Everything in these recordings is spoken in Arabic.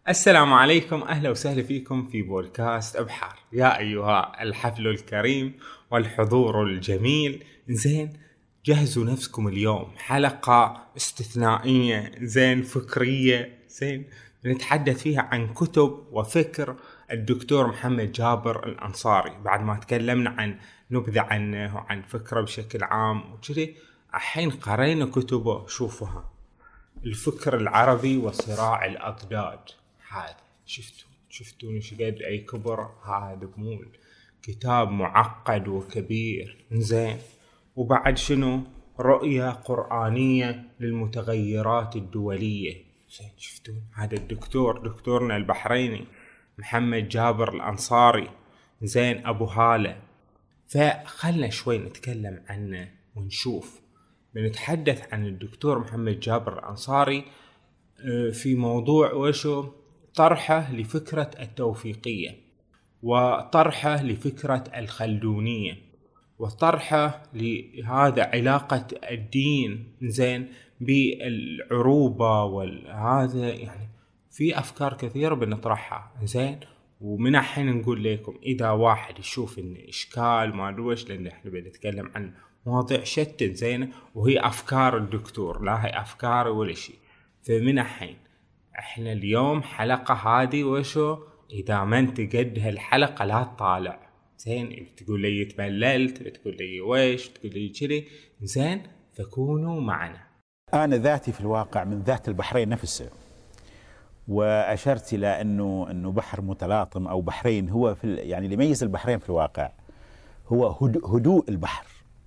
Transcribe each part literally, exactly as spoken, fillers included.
السلام عليكم، أهلا وسهلا فيكم في بودكاست أبحار. يا أيها الحفل الكريم والحضور الجميل، زين جهزوا نفسكم اليوم حلقة استثنائية زين فكرية زين نتحدث فيها عن كتب وفكر الدكتور محمد جابر الأنصاري. بعد ما تكلمنا عن نبذة عنه وعن فكرة بشكل عام وكذي، الحين قرينا كتبه. شوفوها: الفكر العربي وصراع الأضداد. هذا شفتوا شفتوا ايش قد اي كبر هذا بمول كتاب معقد وكبير زين. وبعد شنو؟ رؤية قرآنية للمتغيرات الدولية زين. شفتوا هذا الدكتور دكتورنا البحريني محمد جابر الأنصاري زين أبو هالة. فخلنا شوي نتكلم عنه ونشوف. بنتحدث عن الدكتور محمد جابر الأنصاري في موضوع وشو طرحه لفكرة التوفيقية، وطرحه لفكرة الخلدونية، وطرحه لهذا علاقة الدين زين بالعروبة والهذا. يعني في أفكار كثيرة بنطرحها زين. ومن الحين نقول لكم إذا واحد يشوف إن إشكال ما دوش، لأن إحنا بنتكلم عن مواضيع شتى زين وهي أفكار الدكتور، لا هي أفكار ولا شيء. فمن الحين احنا اليوم حلقة هذه وشو اذا ما انت قد هالحلقة لا تطالع زين. تقول لي تمللت، تقول لي ويش، تقول لي كذي زين، فكونوا معنا. انا ذاتي في الواقع من ذات البحرين نفسه، واشرت الى انه انه بحر متلاطم او بحرين. هو في يعني اللي يميز البحرين في الواقع هو هدوء البحر.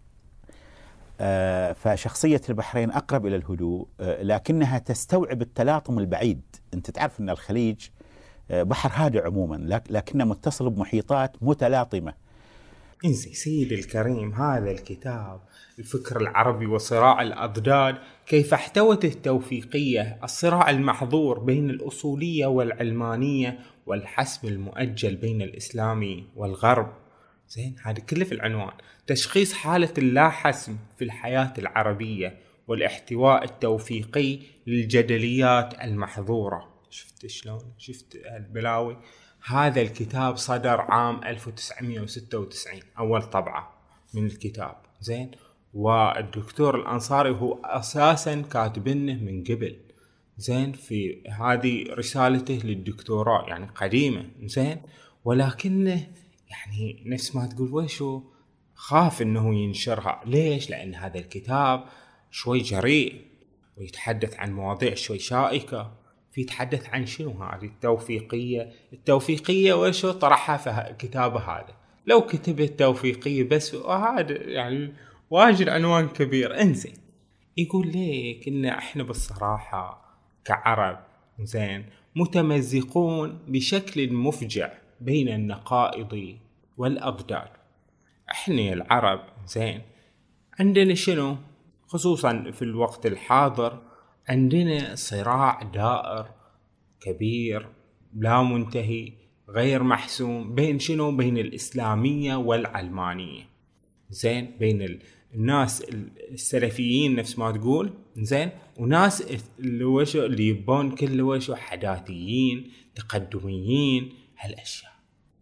فشخصية البحرين أقرب إلى الهدوء، لكنها تستوعب التلاطم البعيد. أنت تعرف أن الخليج بحر هادئ عموما، لكنه متصل بمحيطات متلاطمة. انسي سيدي الكريم، هذا الكتاب الفكر العربي وصراع الأضداد، كيف احتوت التوفيقية الصراع المحظور بين الأصولية والعلمانية والحسم المؤجل بين الإسلام والغرب زين. هذا كله في العنوان. تشخيص حالة اللاحسم في الحياة العربية والاحتواء التوفيقي للجدليات المحظورة. شفت شلون؟ شفت البلاوي؟ هذا الكتاب صدر عام ألف وتسعمائة وستة وتسعين، أول طبعة من الكتاب زين. والدكتور الأنصاري هو أساسا كاتبنه من قبل زين، في هذه رسالته للدكتوراه يعني قديمة زين. ولكنه يعني نفس ما تقول ويشو خاف انه ينشرها. ليش؟ لان هذا الكتاب شوي جريء ويتحدث عن مواضيع شوي شائكة. في يتحدث عن شنو هذه التوفيقية. التوفيقية ويشو طرحها في كتابه هذا. لو كتب التوفيقية بس وهذا يعني واجد عنوان كبير. انزين يقول ليك ان احنا بالصراحة كعرب زين متمزقون بشكل مفجع بين النقائض والأضداد. احنا العرب زين عندنا شنو خصوصا في الوقت الحاضر؟ عندنا صراع دائر كبير لا منتهي غير محسوم بين شنو؟ بين الإسلامية والعلمانية زين. بين الناس السلفيين نفس ما تقول زين، وناس اللي وشو اللي يبون كل وشو حداثيين تقدميين هالأشياء.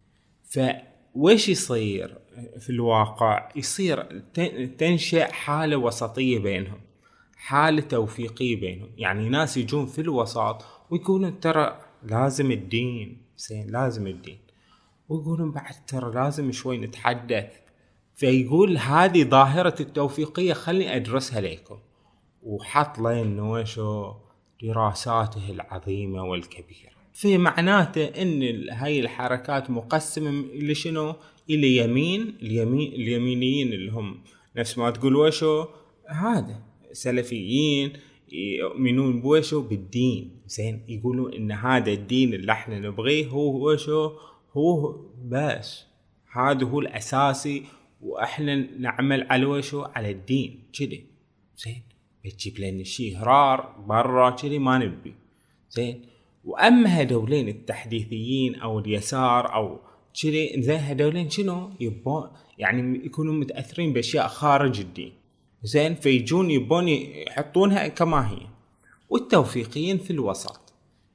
فويش يصير في الواقع؟ يصير تنشأ حالة وسطية بينهم، حالة توفيقية بينهم. يعني ناس يجون في الوسط ويقولون ترى لازم الدين زين، لازم الدين، ويقولون بعد ترى لازم شوي نتحدث. فيقول هذه ظاهرة التوفيقية خلني أدرسها لكم، وحط لين وشو دراساته العظيمة والكبيرة. في معناته ان هاي الحركات مقسمة لشنو؟ الى يمين اليمين اليمينيين اللي هم نفس ما تقول وشو هذا سلفيين يؤمنون بوشو بالدين زين. يقولون ان هذا الدين اللي احنا نبغيه هو وشو هو بس هذا هو الاساسي، واحنا نعمل على وشو على الدين كذي زين. بتجيب لنا شيء هرار برا كذي ما نبي زين. واما هذولين التحديثيين او اليسار او كذي زين، هذولين شنو يبون؟ يعني يكونوا متاثرين باشياء خارج الدين زين، فيجون يبون يحطونها كما هي. والتوفيقيين في الوسط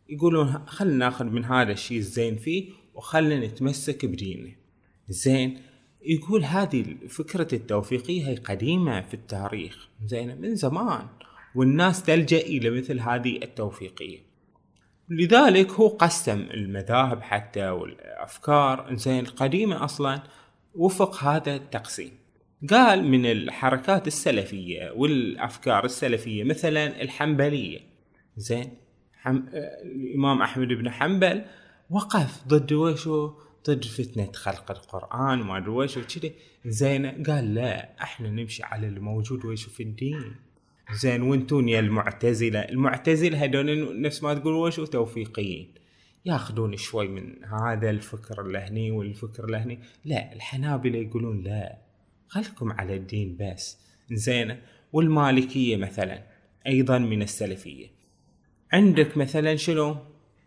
يقولون خلنا ناخذ من هذا الشيء الزين فيه وخلنا نتمسك بدينه. زين، يقول هذه فكرة التوفيقية هي قديمة في التاريخ، زين، من زمان، والناس تلجأ إلى مثل هذه التوفيقية. لذلك هو قسم المذاهب حتى والأفكار، زين، القديمة أصلا وفق هذا التقسيم. قال من الحركات السلفية والأفكار السلفية مثلا الحنبلية، زين، حم... الإمام أحمد بن حنبل وقف ضد وشو ضد فتنة خلق القرآن وما أدري وشو كذا، زين، قال لا احنا نمشي على الموجود وشو في الدين، زين، وانتون يا المعتزلة المعتزلة هدول نفس ما تقول وشو توفيقيين، ياخذون شوي من هذا الفكر اللهني والفكر اللهني. لا، الحنابلة يقولون لا خلكم على الدين بس، زين. والمالكية مثلا أيضا من السلفية. عندك مثلا شنو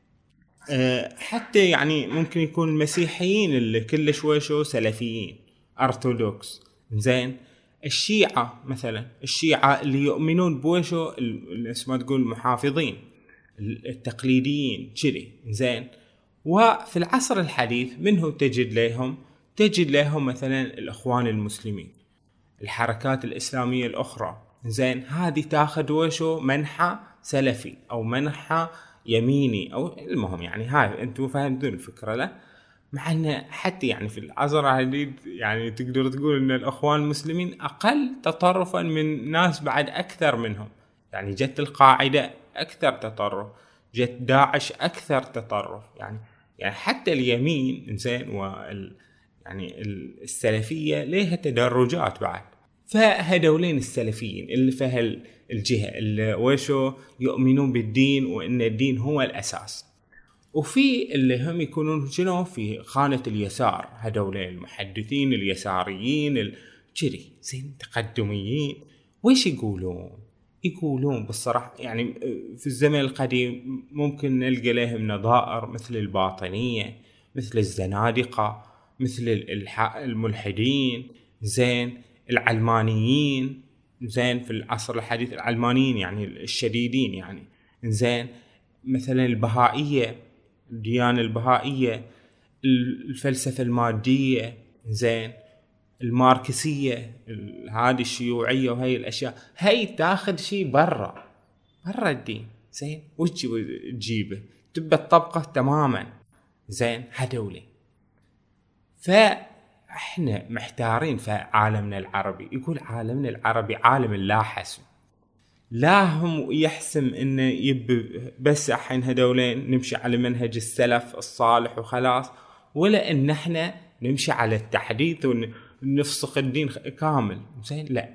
أه حتى يعني ممكن يكون المسيحيين اللي كل شوي شو سلفيين أرثوذكس، زين. الشيعة مثلا، الشيعة اللي يؤمنون بوشو اسمه تقول المحافظين التقليديين كذي، زين. وفي العصر الحديث منهم تجد لهم تجد لهم مثلا الإخوان المسلمين، الحركات الإسلامية الأخرى، زين، هذه تاخذ وشو منحى سلفي أو منحى يميني أو المهم، يعني هاي أنتم فهمتون الفكرة. لا، مع أن حتى يعني في العصر الحديث يعني تقدر تقول أن الإخوان المسلمين أقل تطرفا من ناس بعد أكثر منهم، يعني جت القاعدة أكثر تطرف، جت داعش أكثر تطرف، يعني يعني حتى اليمين، زين، وال يعني السلفية لها تدرجات بعد. فهدولين السلفيين اللي في الجهة اللي وشو يؤمنون بالدين وإن الدين هو الأساس. وفي اللي هم يكونون شنو في خانة اليسار، هدولين المحدثين اليساريين الجري، زين، تقدميين. ويش يقولون؟ يقولون بالصراحة يعني في الزمن القديم ممكن نلقى لهم نظائر مثل الباطنية، مثل الزنادقة، مثل الملحدين، زين، العلمانيين، زين، في العصر الحديث العلمانيين يعني الشديدين، يعني زين، مثلا البهائية، الديانة البهائية، الفلسفة المادية، زين، الماركسية، هذه الشيوعية، وهي الأشياء هي تاخذ شيء برا برا الدين، زين، وش تجيبه تبى الطبقة تماما، زين، هدولي. فاحنا محتارين في عالمنا العربي. يقول عالمنا العربي عالم لا حسم، لا هم يحسم انه يب بس الحين هدولين نمشي على منهج السلف الصالح وخلاص، ولا ان احنا نمشي على التحديث ونفسخ الدين كامل، زين، لا،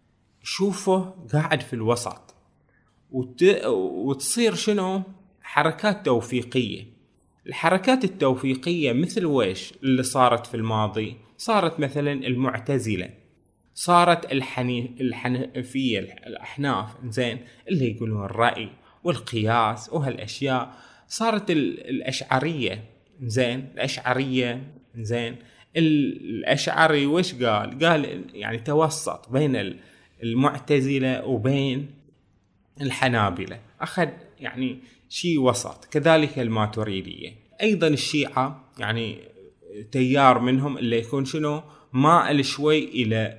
شوفه قاعد في الوسط وت... وتصير شنو حركات توفيقية. الحركات التوفيقية مثل ويش اللي صارت في الماضي؟ صارت مثلا المعتزلة، صارت الحني... الحنفية الأحناف، زين، اللي يقولون الرأي والقياس وهالأشياء. صارت الأشعرية، زين، الأشعرية، زين، الأشعري وش قال؟ قال يعني توسط بين المعتزلة وبين الحنابلة، أخذ يعني شيء وسط. كذلك الماتريدية أيضا. الشيعة يعني تيار منهم اللي يكون شنو مائل شوي إلى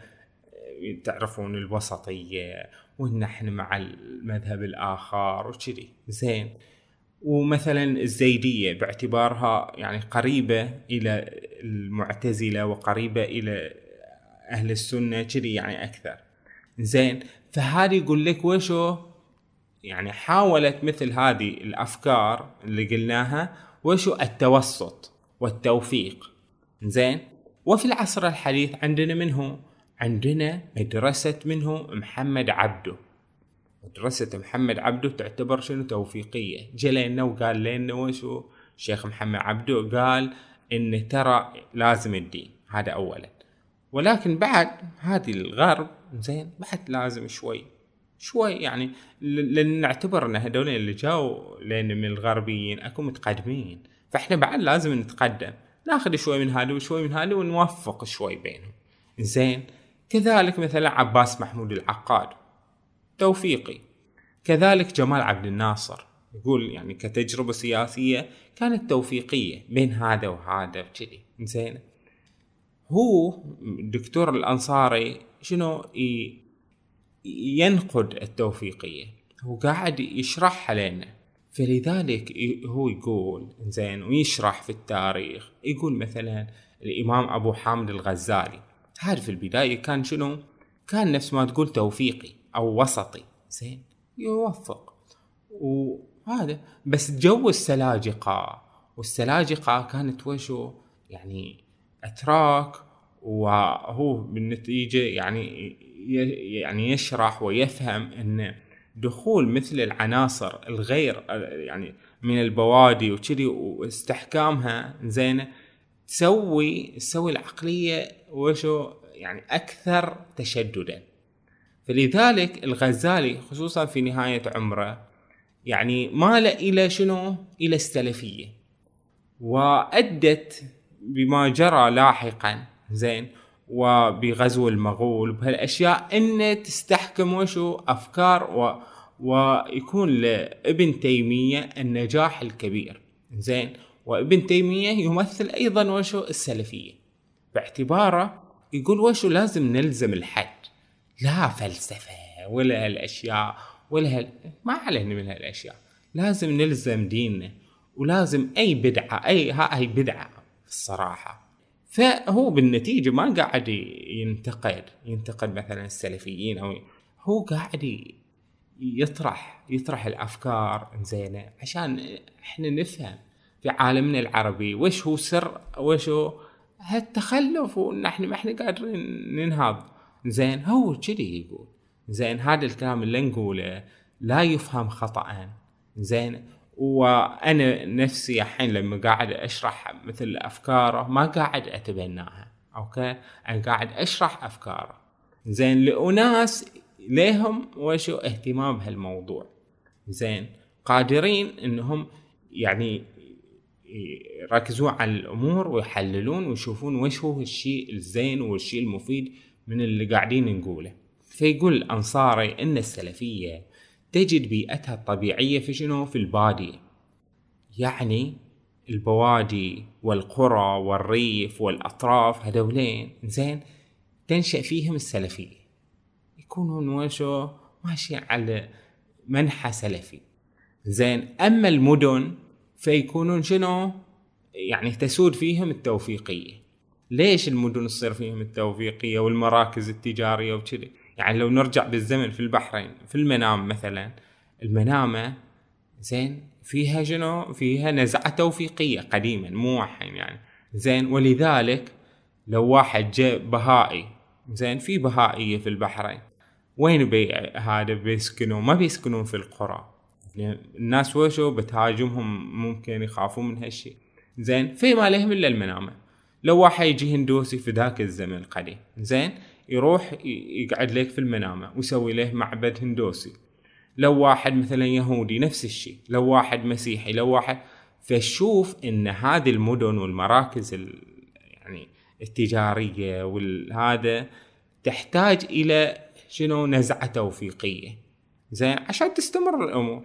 تعرفون الوسطية، وإن احنا مع المذهب الآخر وكذي، زين. ومثلا الزيدية باعتبارها يعني قريبة إلى المعتزلة وقريبة إلى أهل السنة كذي يعني أكثر، زين. فهذه يقول لك وشو يعني حاولت مثل هذه الأفكار اللي قلناها وشو التوسط والتوفيق، زين. وفي العصر الحديث عندنا منه عندنا مدرسة منه محمد عبده. مدرسة محمد عبده تعتبر شنو توفيقية. جلينا وقال لنا وشو الشيخ محمد عبده قال إن ترى لازم الدين، هذا أولا. ولكن بعد هذه الغرب، زين، بعد لازم شوي شوي يعني لأن نعتبر أن هدول اللي جاوا لنا من الغربيين أكو متقدمين، فإحنا بعد لازم نتقدم، ناخذ شوي من هذا وشوي من هذا ونوفق شوي بينهم، زين. كذلك مثلا عباس محمود العقاد توفيقي، كذلك جمال عبد الناصر، يقول يعني كتجربة سياسية كانت توفيقية بين هذا وهذا وكذي. زين هو الدكتور الأنصاري شنو ينقد التوفيقية، هو قاعد يشرحها لنا. فلذلك هو يقول زين ويشرح في التاريخ، يقول مثلا الإمام أبو حامد الغزالي هذا في البداية كان شنو، كان نفس ما تقول توفيقي أو وسطي، زين يوفق وهذا. بس جو السلاجقة، والسلاجقة كانت وشو يعني أتراك، وهو بالنتيجة يعني يعني يشرح ويفهم أن دخول مثل العناصر الغير يعني من البوادي وكذي واستحكامها زينة تسوي تسوي العقلية وشو يعني أكثر تشددا. فلذلك الغزالي خصوصا في نهاية عمره يعني مال إلى شنو، إلى السلفية، وأدت بما جرى لاحقا زين وبغزو المغول بهالأشياء إن تستحكم وشو أفكار و... ويكون لابن تيمية النجاح الكبير. زين وابن تيمية يمثل أيضا وشو السلفية، باعتباره يقول وشو لازم نلزم الحد، لا فلسفة ولا هالأشياء ولا هال... ما علينا من هالأشياء، لازم نلزم ديننا، ولازم أي بدعة أي هاي بدعة الصراحة. فهو بالنتيجة ما قاعد ينتقد ينتقد مثلا السلفيين، أو هو قاعد يطرح يطرح الأفكار زينة عشان إحنا نفهم في عالمنا العربي وش هو سر وش هو هالتخلف، ونحن ما إحنا قادرين ننهض. زين هو كذي يقول. زين هذا الكلام اللي نقوله لا يفهم خطأ. زين وأنا نفسي الحين لما قاعد أشرح مثل أفكاره ما قاعد أتبناها، أوكي أنا قاعد أشرح أفكاره زين لأناس لهم وشو اهتمام بهالموضوع، زين قادرين إنهم يعني يركزون على الأمور ويحللون ويشوفون وش هو الشيء الزين والشيء المفيد من اللي قاعدين نقوله. فيقول الأنصاري إن السلفية تجد بيئتها الطبيعية في شنو، في البادية، يعني البوادي والقرى والريف والأطراف هذولين زين تنشأ فيهم السلفية، يكونون وشو ماشي على منحى سلفي. زين أما المدن فيكونون شنو يعني تسود فيهم التوفيقية. ليش المدن تصير فيهم التوفيقية والمراكز التجارية وكذا؟ يعني لو نرجع بالزمن في البحرين في المنام مثلا، المنامة زين فيها شنو، فيها نزعة توفيقية قديما مو الحين يعني. زين ولذلك لو واحد جاء بهائي زين في بهائية في البحرين، وين بي هذا بيسكنوا؟ ما بيسكنون في القرى، الناس وشو بتهاجمهم، ممكن يخافون من هالشيء. زين في ما لهم إلا المنامة. لو واحد يجي هندوسي في ذاك الزمن القديم زين يروح يقعد لك في المنامة ويسوي له معبد هندوسي. لو واحد مثلا يهودي نفس الشيء، لو واحد مسيحي، لو واحد. فشوف ان هذه المدن والمراكز يعني التجارية والهذا تحتاج الى شنو، نزعة توفيقية زين عشان تستمر الامور.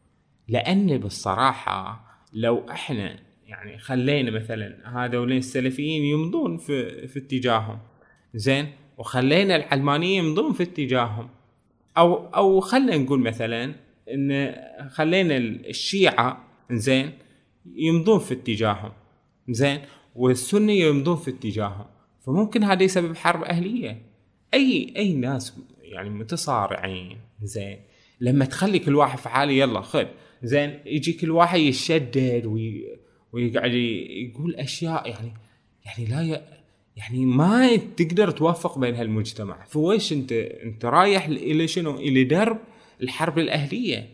لان بالصراحة لو احنا يعني خلينا مثلا هذولين السلفيين يمضون في في اتجاههم زين، وخلينا العلمانيين يمضون في اتجاههم، او او خلينا نقول مثلا ان خلينا الشيعة زين يمضون في اتجاههم زين، والسنية يمضون في اتجاههم، فممكن هذا يسبب حرب اهلية. اي اي ناس يعني متصارعين زين لما تخلي كل واحد في حاله يلا خذ زين، يجي كل واحد يشدد وي ويقعد يقول اشياء يعني يعني لا ي... يعني ما تقدر توفق بين هالمجتمع. فويش انت انت رايح الى شنو، الى درب الحرب الاهليه.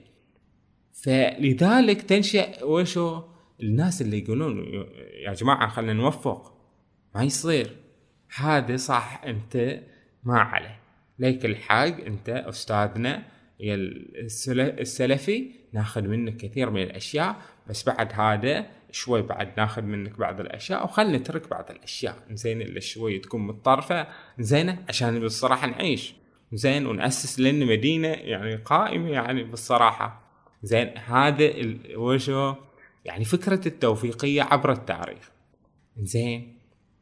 فلذلك تنشأ وشو الناس اللي يقولون يا جماعه خلينا نوفق، ما يصير هذا صح، انت ما عليه ليك الحق، انت استاذنا يا السلفي ناخذ منك كثير من الاشياء، بس بعد هذا شوي بعد ناخذ منك بعض الاشياء وخلنا نترك بعض الاشياء زين اللي شوي تكون متطرفه زينه عشان بالصراحه نعيش زين ونأسس لنا مدينه يعني قائمه يعني بالصراحه زين هذا وشو يعني فكرة التوفيقية عبر التاريخ. زين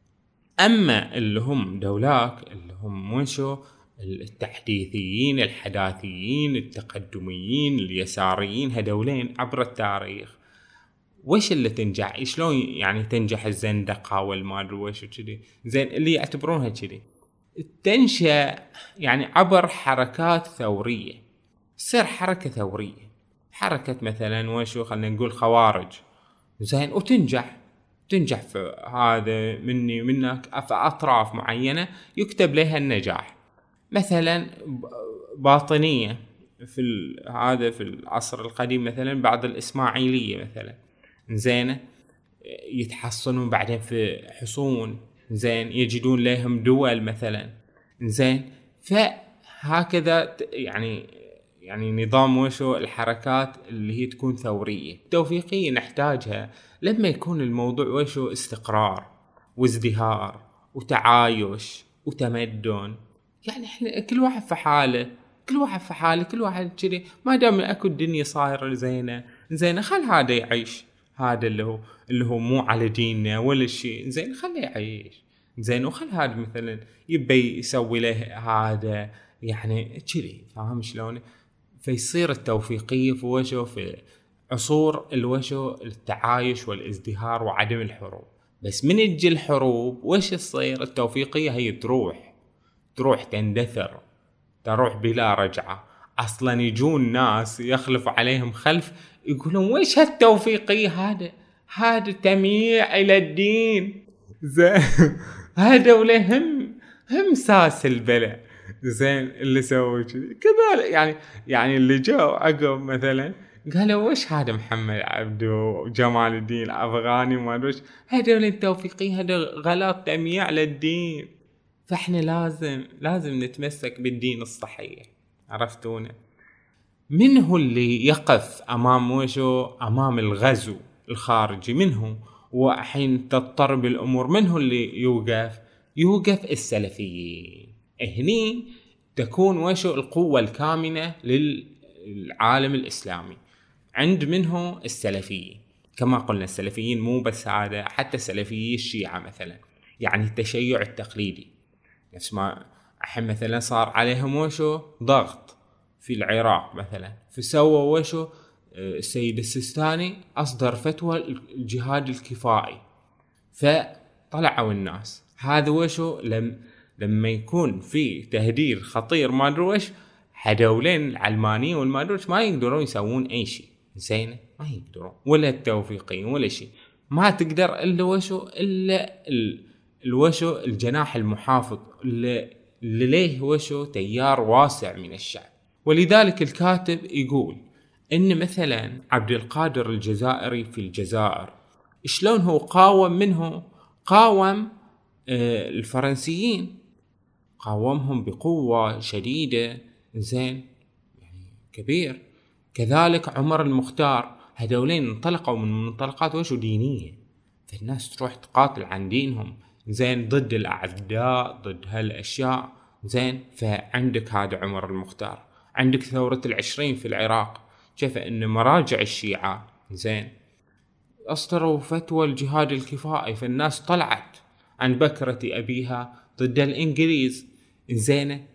اما اللي هم دولاك اللي هم وشو التحديثيين الحداثيين التقدميين اليساريين، هدولين عبر التاريخ وش اللي تنجح؟ شلون يعني تنجح الزندقة والمادري وش وكذي؟ زين اللي يعتبرونها كذي تنشأ يعني عبر حركات ثورية، تصير حركة ثورية، حركة مثلا وشو خلينا نقول خوارج، زين وتنجح تنجح في هذا مني ومنك في أطراف معينة يكتب لها النجاح. مثلا باطنية في هذا في العصر القديم مثلا بعض الإسماعيلية مثلا، زين يتحصنون بعدين في حصون، زين يجدون لهم دول مثلا، زين فهكذا يعني يعني نظام وشو الحركات اللي هي تكون ثورية. التوفيقية نحتاجها لما يكون الموضوع وشو استقرار وازدهار وتعايش وتمدن، يعني احنا كل واحد في حاله كل واحد في حاله كل واحد كذي، ما دام اكو الدنيا صايرة زينة زين خل هذا يعيش، هذا اللي هو اللي هو مو على ديننا ولا شيء، زين خليه يعيش، زين وخل هذا مثلا يبي يسوي له هذا يعني كذي، فاهم شلون؟ فيصير التوفيقية في وشو في عصور الوشو التعايش والازدهار وعدم الحروب. بس من تجي الحروب وش يصير؟ التوفيقية هي تروح تروح تندثر، تروح بلا رجعة. اصلا يجون ناس يخلف عليهم خلف يقولون ويش هالتوفيقية، هذا هذا تمييع الى الدين، زين هذا ولا هم هم ساس البلع، زين اللي سووا كذي كذا يعني يعني اللي جاوا عقب مثلا قالوا وش هذا محمد عبده وجمال الدين الافغاني وما ادري وش، هذول التوفيقية هذا غلط تمييع للدين. فاحنا لازم لازم نتمسك بالدين الصحيح، عرفتونا؟ من هو اللي يقف امام وشو امام الغزو الخارجي؟ منه وحين تضطرب الامور من هو اللي يوقف؟ يوقف السلفيين. هني تكون وشو القوة الكامنة للعالم الاسلامي عند منه السلفيين. كما قلنا السلفيين مو بس هذا، حتى سلفيي الشيعة مثلا، يعني التشيع التقليدي نفس ما الحين مثلا صار عليهم وشو ضغط في العراق مثلا، فسووا وشو السيد السيستاني أصدر فتوى الجهاد الكفائي، فطلعوا الناس هذا وشو لم لما يكون في تهديد خطير ما ادري وش، هدولين العلمانيين والمادروش ما يقدرون يسوون اي شيء، زين ما يقدرون، ولا التوفيقين ولا شيء، ما تقدر الا وشو الا ال... الوشو الجناح المحافظ اللي ليه وشو تيار واسع من الشعب. ولذلك الكاتب يقول ان مثلا عبد القادر الجزائري في الجزائر شلون هو قاوم منه قاوم آه الفرنسيين، قاومهم بقوة شديدة، زين يعني كبير. كذلك عمر المختار، هذولين انطلقوا من منطلقات وشو دينية، فالناس تروح تقاتل عن دينهم، زين ضد الأعداء ضد هالأشياء، زين. فعندك هذا عمر المختار. عندك ثورة العشرين في العراق، كيف ان مراجع الشيعة زين اصدروا فتوى الجهاد الكفائي، فالناس طلعت عن بكرة أبيها ضد الإنجليز، زينة.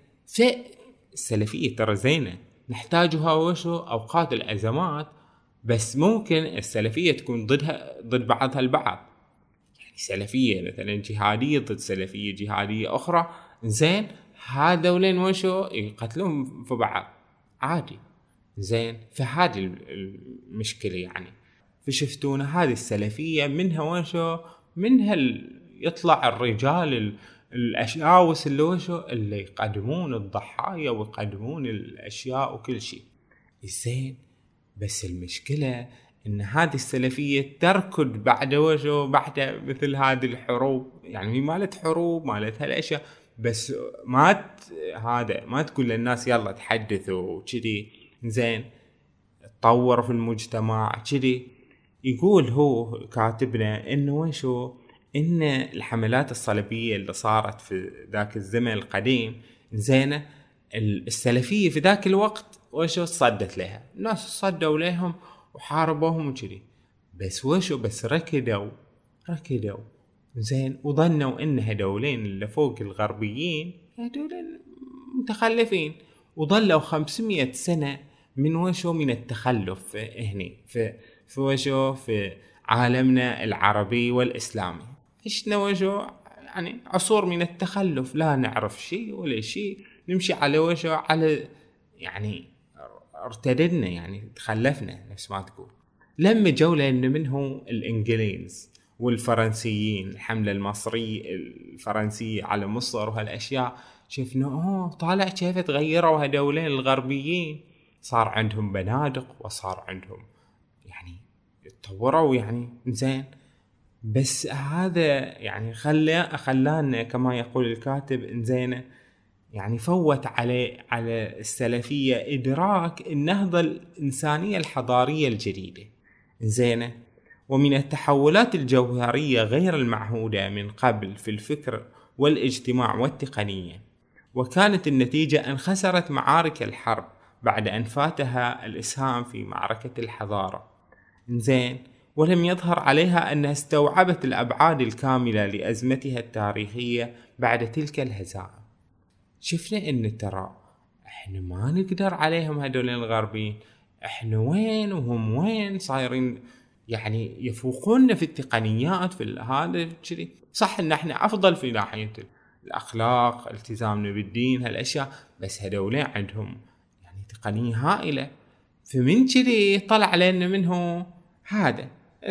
فالسلفية ترى زينة نحتاجها وشو أوقات الأزمات، بس ممكن السلفية تكون ضدها ضد بعضها البعض، يعني سلفية مثلا جهادية ضد سلفية جهادية أخرى، زين هذولين وشو يقتلون في بعض عادي، زين. فهذه المشكلة يعني. فشفتونا هذه السلفية منها وشو منها يطلع الرجال الأشاوس اللي وشو اللي يقدمون الضحايا ويقدمون الأشياء وكل شيء، زين. بس المشكلة إن هذه السلفية تركض بعد وشو بعد مثل هذه الحروب، يعني هي مالت حروب مالت هالأشياء، بس ما ت... هذا ما تقول للناس يلا تحدثوا كذي، زين تطور في المجتمع كذي. يقول هو كاتبنا إنه وشو إن الحملات الصليبية اللي صارت في ذاك الزمن القديم، زين السلفية في ذاك الوقت وشو صدت لها الناس، صدوا لهم وحاربوهم وكذي. بس وشو بس ركدوا ركدوا زين وظنوا ان هدولين اللي فوق الغربيين هدولين متخلفين، وظلوا خمسمية سنة من وشو من التخلف هني في في وشو في عالمنا العربي والإسلامي. عشنا وشو يعني عصور من التخلف، لا نعرف شيء ولا شيء، نمشي على وشو على يعني ارتددنا يعني تخلفنا نفس ما تقول. لما جو لأن منه الإنجليز والفرنسيين، الحملة المصرية الفرنسية على مصر وهالأشياء، شفنا اوه طالع كيف تغيروا هدولين الغربيين، صار عندهم بنادق وصار عندهم يعني تطوروا يعني زين. بس هذا يعني خلى خلانا كما يقول الكاتب انزينه يعني فوت على على السلفية إدراك النهضة الإنسانية الحضارية الجديدة زينة، ومن التحولات الجوهرية غير المعهودة من قبل في الفكر والاجتماع والتقنية. وكانت النتيجة أن خسرت معارك الحرب بعد أن فاتها الإسهام في معركة الحضارة زين، ولم يظهر عليها أنها استوعبت الأبعاد الكاملة لأزمتها التاريخية بعد تلك الهزائم. شفنا ان ترى احنا ما نقدر عليهم هدول الغربيين، احنا وين وهم وين، صايرين يعني يفوقوننا في التقنيات في هذا كذي. صح ان احنا افضل في ناحية الاخلاق، التزامنا بالدين، هالاشياء، بس هدول عندهم يعني تقنية هائلة. فمن كذي طلع لنا منه هذا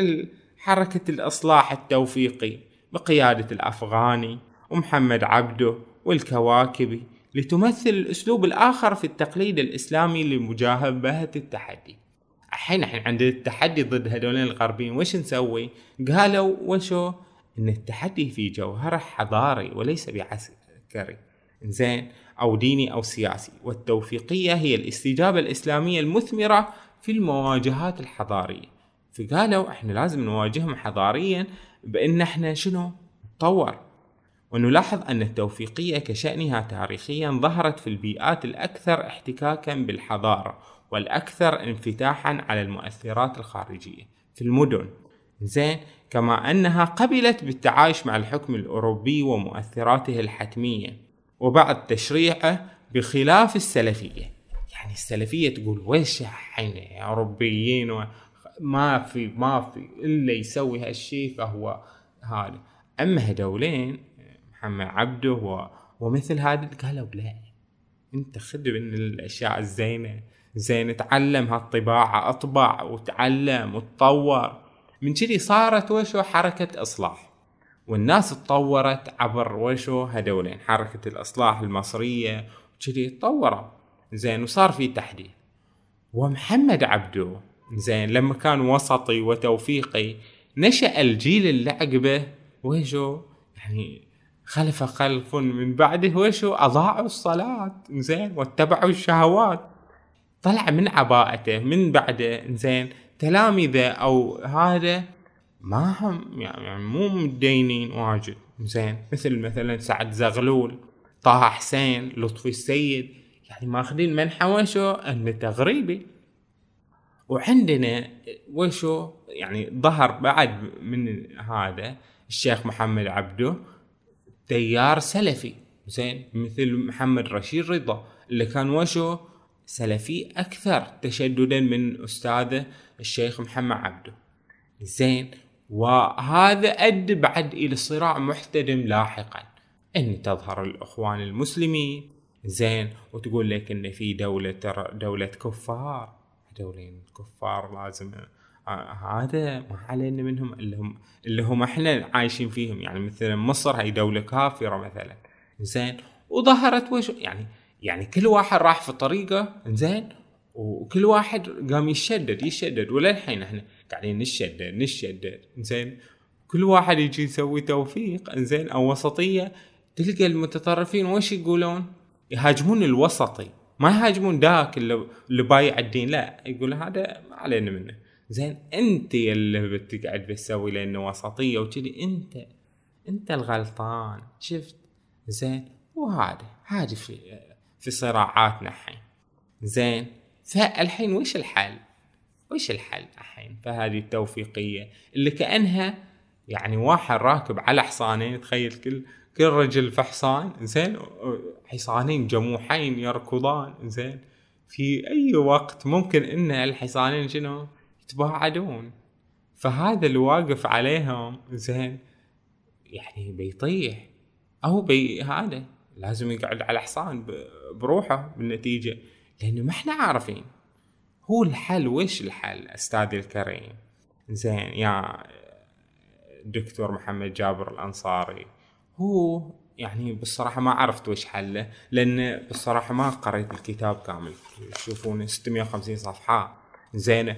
حركة الاصلاح التوفيقي بقيادة الافغاني ومحمد عبده والكواكبي، لتمثل الأسلوب الآخر في التقليد الإسلامي لمجابهة التحدي. الحين احنا عندنا التحدي ضد هذولين الغربيين، وش نسوي؟ قالوا وشو ان التحدي في جوهره حضاري وليس بعسكري زين او ديني او سياسي، والتوفيقية هي الاستجابة الإسلامية المثمرة في المواجهات الحضارية. فقالوا احنا لازم نواجههم حضاريا بان احنا شنو نطور. ونلاحظ أن التوفيقية كشأنها تاريخيا ظهرت في البيئات الأكثر احتكاكا بالحضارة والأكثر انفتاحا على المؤثرات الخارجية في المدن زين، كما أنها قبلت بالتعايش مع الحكم الأوروبي ومؤثراته الحتمية وبعد تشريعه، بخلاف السلفية. يعني السلفية تقول ويش حين أوروبيين وما في ما في إلا يسوي هالشيء فهو هذا. أما هدولين محمد عبده و... ومثل هذا قالوا لا، انت خذ من الاشياء الزينه زين، تعلم هالطباعه، اطبع وتعلم وتطور. من كذي صارت وشو حركه اصلاح، والناس تطورت عبر وشو هدولين حركه الاصلاح المصريه، وكذي تطوروا زين وصار في تحديث. ومحمد عبده زين لما كان وسطي وتوفيقي، نشأ الجيل اللي عقبه وشو يعني خلف خلف من بعده وشو أضاعوا الصلاة زين واتبعوا الشهوات. طلع من عباءته من بعده زين تلامذة أو هذا ما هم يعني مو متدينين واجد زين، مثل مثلا سعد زغلول، طه حسين، لطفي السيد، يعني ماخذين منحى وشو أن تغريبي. وعندنا وشو يعني ظهر بعد من هذا الشيخ محمد عبده تيار سلفي زين، مثل محمد رشيد رضا اللي كان وشو سلفي أكثر تشددا من أستاذه الشيخ محمد عبده زين. وهذا أدى بعد إلى صراع محتدم لاحقا، أن تظهر الأخوان المسلمين زين وتقول لك أن في دولة دولة كفار، دولين كفار لازم هذا ما علينا منهم اللي هم اللي هم احنا عايشين فيهم. يعني مثلا مصر هي دولة كافرة مثلا زين، وظهرت وش يعني يعني كل واحد راح في طريقه زين، وكل واحد قام يشدد يشدد وللحين احنا قاعدين نشدد نشدد زين. كل واحد يجي يسوي توفيق زين او وسطية، تلقى المتطرفين وش يقولون؟ يهاجمون الوسطي، ما يهاجمون داك اللي, اللي بايع الدين، لا يقول هذا ما علينا منه زين، انت اللي بتقعد بتسوي لانه وسطيه وكذي، انت انت الغلطان شفت زين. وهذا هذه في في صراعاتنا الحين زين. فالحين وش الحل؟ وش الحل الحين؟ فهذه التوفيقية اللي كأنها يعني واحد راكب على حصانين، تخيل كل كل رجل في حصان، زين، حصانين جموحين يركضان، زين، في أي وقت ممكن إن الحصانين شنو يتباعدون، فهذا اللي واقف عليهم، زين، يعني بيطيح أو بي هذا لازم يقعد على حصان بروحه بالنتيجة، لأنه ما إحنا عارفين هو الحل. وش الحل أستاذي الكريم؟ زين يا دكتور محمد جابر الأنصاري، هو يعني بالصراحة ما عرفت وش حله، لأن بالصراحة ما قريت الكتاب كامل، تشوفون ستمائة وخمسين صفحة، زين،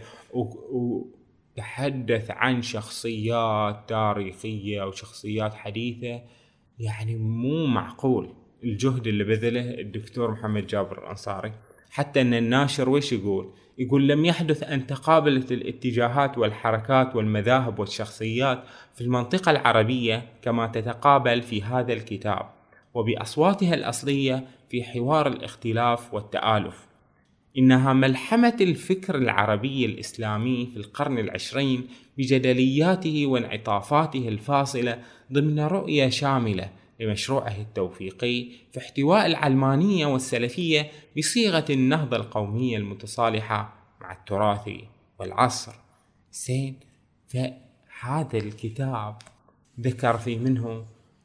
وتحدث عن شخصيات تاريخية وشخصيات حديثة، يعني مو معقول الجهد اللي بذله الدكتور محمد جابر الأنصاري. حتى أن الناشر وش يقول؟ يقول لم يحدث أن تقابلت الاتجاهات والحركات والمذاهب والشخصيات في المنطقة العربية كما تتقابل في هذا الكتاب، وبأصواتها الأصلية في حوار الاختلاف والتآلف. إنها ملحمة الفكر العربي الإسلامي في القرن العشرين بجدلياته وانعطافاته الفاصلة ضمن رؤية شاملة لمشروعه التوفيقي في احتواء العلمانية والسلفية بصيغة النهضة القومية المتصالحة مع التراث والعصر. زين، فهذا الكتاب ذكر في منه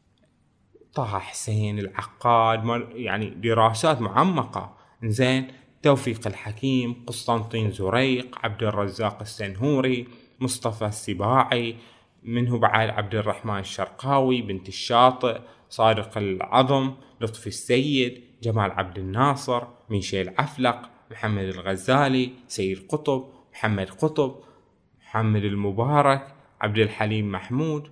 طه حسين العقاد، يعني دراسات معمقة، زين، توفيق الحكيم، قسطنطين زريق، عبد الرزاق السنهوري، مصطفى السباعي، منه بعد عبد الرحمن الشرقاوي، بنت الشاطئ، صادق العظم، لطفي السيد، جمال عبد الناصر، ميشيل عفلق، محمد الغزالي، سيد قطب، محمد قطب، محمد المبارك، عبد الحليم محمود،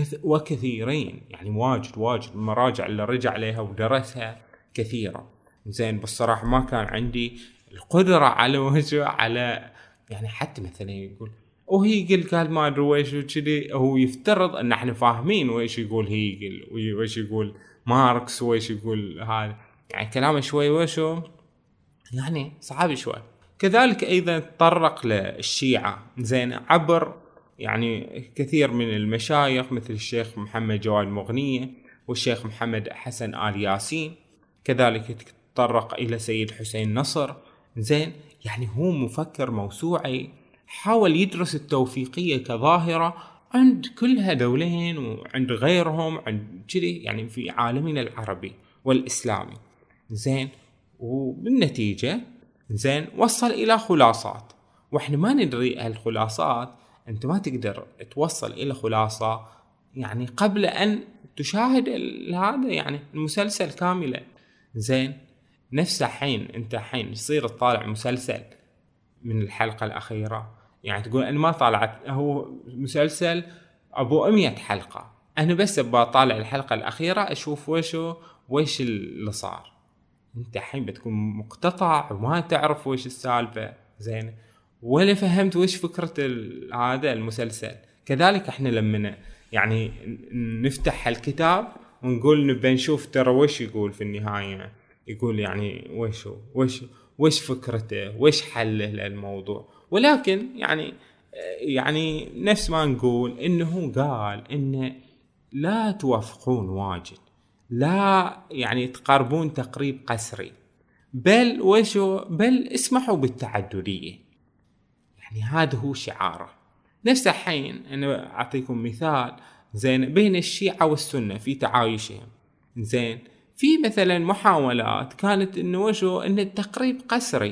وكثيرين، يعني واجد واجد المراجع اللي رجع عليها ودرسها كثيرة. زين، بالصراحة ما كان عندي القدرة على وجه على يعني حتى مثلا يقول وهيجل قال ما أدري ويش وكذي، هو يفترض أن احنا فاهمين ويش يقول هيجل ويش يقول ماركس ويش يقول هذا، يعني كلامه شوي وشو يعني صعب شوي. كذلك أيضا تطرق للشيعة، زين، عبر يعني كثير من المشايخ مثل الشيخ محمد جواد مغنية والشيخ محمد حسن آل ياسين، كذلك تطرق إلى سيد حسين نصر، زين، يعني هو مفكر موسوعي حاول يدرس التوفيقية كظاهرة عند كل هذولين وعند غيرهم عند كذي، يعني في عالمنا العربي والإسلامي، زين، وبالنتيجة زين وصل إلى خلاصات، وإحنا ما ندري هالخلاصات، أنت ما تقدر توصل إلى خلاصة يعني قبل أن تشاهد هذا يعني المسلسل كاملا، زين. نفس حين أنت حين يصير تطالع مسلسل من الحلقة الأخيرة، يعني تقول أنا ما طالعت، هو مسلسل أبو مئة حلقة، أنا بس بطالع الحلقة الأخيرة أشوف وشو ويش اللي صار، أنت حين بتكون مقتطع وما تعرف ويش السالفة، زين، ولا فهمت ويش فكرة هذا المسلسل. كذلك احنا لما يعني نفتح الكتاب ونقول نبي نشوف ترى ويش يقول في النهاية، يقول يعني ويش ويش ويش فكرته ويش حله للموضوع، ولكن يعني يعني نفس ما نقول انه قال ان لا توافقون واجد، لا يعني تقربون تقريب قسري، بل وشو بل اسمحوا بالتعددية، يعني هذا هو شعاره. نفس الحين أنا أعطيكم مثال، زين، بين الشيعة والسنة في تعايشهم، زين، في مثلا محاولات كانت إنه وشو إن التقريب قسري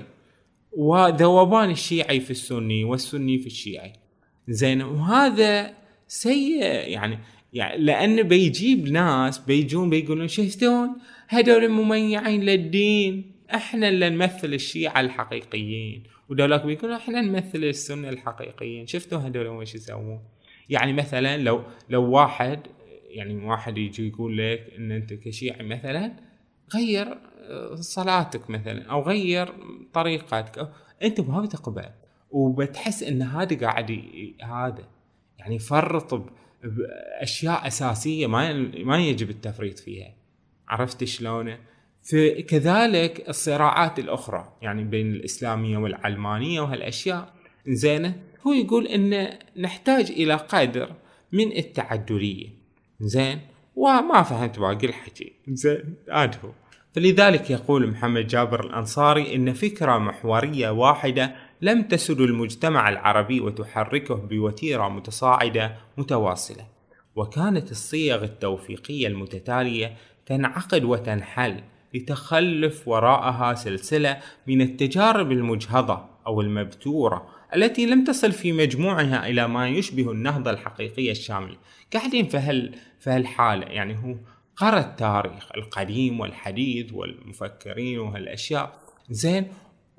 وذوبان الشيعي في السني والسني في الشيعي، زين، وهذا سيء يعني يعني لأن بيجيب ناس بيجون بيقولون شفتون هدول مميعين للدين، احنا اللي نمثل الشيعة الحقيقيين، ودولاك بيقولوا احنا نمثل السنة الحقيقيين، شفتوا هدول وش يسوون. يعني مثلا لو لو واحد يعني واحد يجي يقول لك ان انت كشيعي مثلا غير صلاتك مثلا او غير طريقتك، انت ما بتقبل وبتحس ان هذا قاعد هذا يعني يفرط باشياء اساسيه ما ما يجب التفريط فيها، عرفت شلونه؟ فكذلك الصراعات الأخرى يعني بين الإسلامية والعلمانية وهالأشياء زينة، هو يقول إن نحتاج إلى قدر من التعددية زين، وما فهمت باقي الحكي زين أدهو. فلذلك يقول محمد جابر الأنصاري إن فكرة محورية واحدة لم تسد المجتمع العربي وتحركه بوتيرة متصاعدة متواصلة، وكانت الصيغ التوفيقية المتتالية تنعقد وتنحل لتخلف وراءها سلسلة من التجارب المجهضة أو المبتورة التي لم تصل في مجموعها إلى ما يشبه النهضة الحقيقية الشاملة. قاعدين في هال في هالحالة يعني هو قرأ التاريخ القديم والحديث والمفكرين وهالأشياء زين،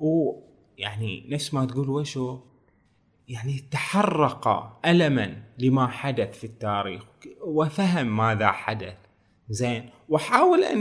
ويعني نفس ما تقول وشو يعني تحرق ألما لما حدث في التاريخ وفهم ماذا حدث زين، وحاول أن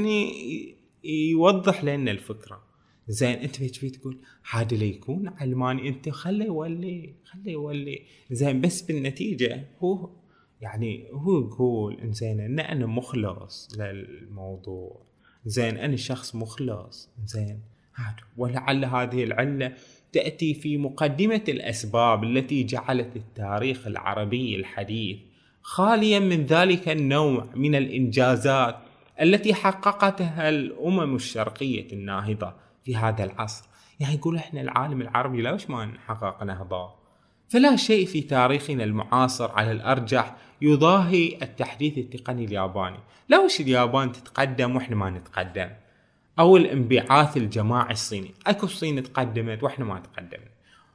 يوضح لنا الفكرة زين. انت بتجي تقول هذا ليكون علماني، انت خليه يولي خليه يولي زين، بس بالنتيجة هو يعني هو يقول زين ان انا مخلص للموضوع زين، انا شخص مخلص زين هذا. ولعل هذه العلة تأتي في مقدمة الأسباب التي جعلت التاريخ العربي الحديث خاليا من ذلك النوع من الإنجازات التي حققتها الأمم الشرقية الناهضة في هذا العصر. يعني يقول احنا العالم العربي ليش ما نحقق نهضة؟ فلا شيء في تاريخنا المعاصر على الأرجح يضاهي التحديث التقني الياباني. ليش اليابان تتقدم واحنا ما نتقدم؟ أو الانبعاث الجماعي الصيني، أكو الصين تقدمت واحنا ما تقدمنا،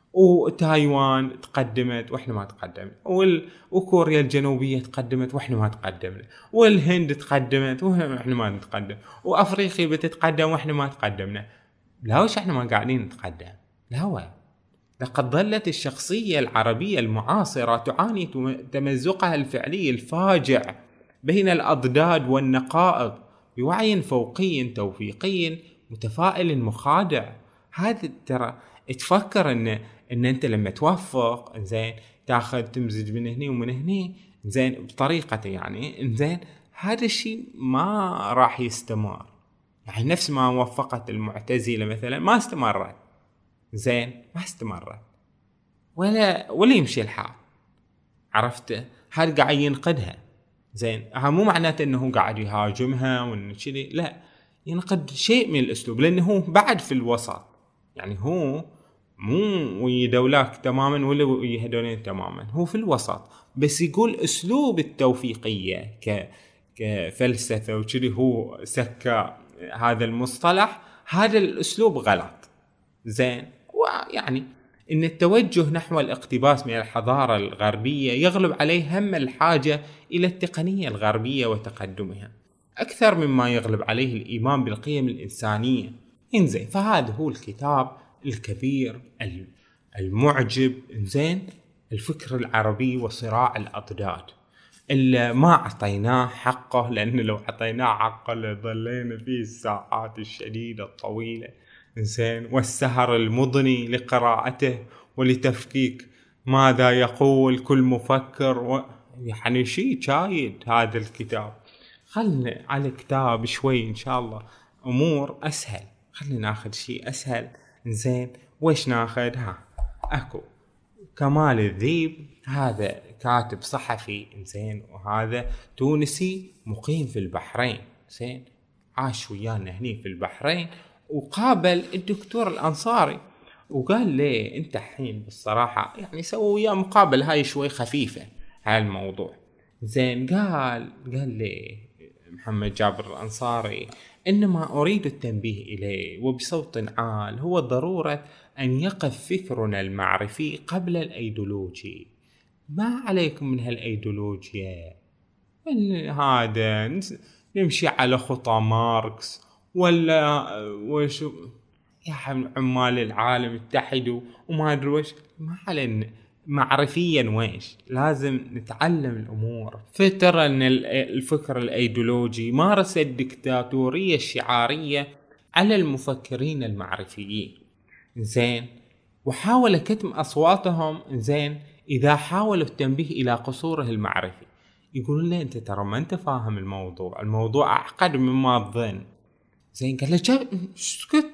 وتايوان تقدمت واحنا ما تقدمنا، وال... وكوريا الجنوبية تقدمت واحنا ما تقدمنا، والهند تقدمت واحنا ما نتقدم، وأفريقيا بتتقدم واحنا ما تقدمنا. ليش احنا ما قاعدين نتقدم؟ لا، لقد ظلت الشخصية العربية المعاصرة تعاني تمزقها الفعلي الفاجع بين الأضداد والنقائض بوعي فوقي توفيقي متفائل مخادع. هذا ترى تفكر ان ان انت لما توفق زين تاخذ تمزج من هني ومن هني زين بطريقته يعني زين، هذا الشيء ما راح يستمر. يعني نفس ما وفقت المعتزلة مثلا ما استمرت زين، ما استمرت ولا ولا يمشي الحال، عرفت؟ هذا قاعد ينقدها زين. ها مو معناته انه قاعد يهاجمها وانه كذي، لا، ينقد شيء من الاسلوب لانه هو بعد في الوسط. يعني هو مو ويا دولاك تماما ولا ويا هذولين تماما، هو في الوسط، بس يقول اسلوب التوفيقية ك كفلسفة وكذي هو سكة هذا المصطلح، هذا الاسلوب غلط زين. ويعني إن التوجه نحو الاقتباس من الحضارة الغربية يغلب عليه هم الحاجة إلى التقنية الغربية وتقدمها أكثر مما يغلب عليه الإيمان بالقيم الإنسانية. إنزين، فهذا هو الكتاب الكبير المعجب إنزين، الفكر العربي وصراع الأضداد، اللي ما عطيناه حقه، لأنه لو عطيناه حقه لظلينا فيه الساعات الشديدة الطويلة إنسان، والسهر المضني لقراءته ولتفكيك ماذا يقول كل مفكر و... يعني شيء جايد هذا الكتاب. خلنا على كتاب شوي إن شاء الله أمور أسهل، خلنا ناخذ شيء أسهل إنسان. وإيش ناخذ؟ ها أكو كمال الذيب، هذا كاتب صحفي إنسان، وهذا تونسي مقيم في البحرين إنسان، عاش ويانا هني في البحرين، وقابل الدكتور الأنصاري وقال لي انت حين بالصراحة يعني سووا وياه مقابل هاي شوي خفيفة هاي الموضوع زين. قال قال لي محمد جابر الأنصاري إنما أريد التنبيه إليه وبصوت عال هو ضرورة أن يقف فكرنا المعرفي قبل الأيديولوجي. ما عليكم من هالأيديولوجيا هذا، نمشي على خطى ماركس ولا وش يا عمال العالم اتحدوا وما ادري وش، ما علينا معرفيا ويش لازم نتعلم الامور. فترى ان الفكر الايديولوجي مارس الدكتاتورية الشعارية على المفكرين المعرفيين زين، وحاول كتم اصواتهم زين اذا حاولوا التنبيه الى قصوره المعرفي. يقولون له انت ترى ما انت فاهم الموضوع، الموضوع اعقد مما تظن زين قال له جاب اسكت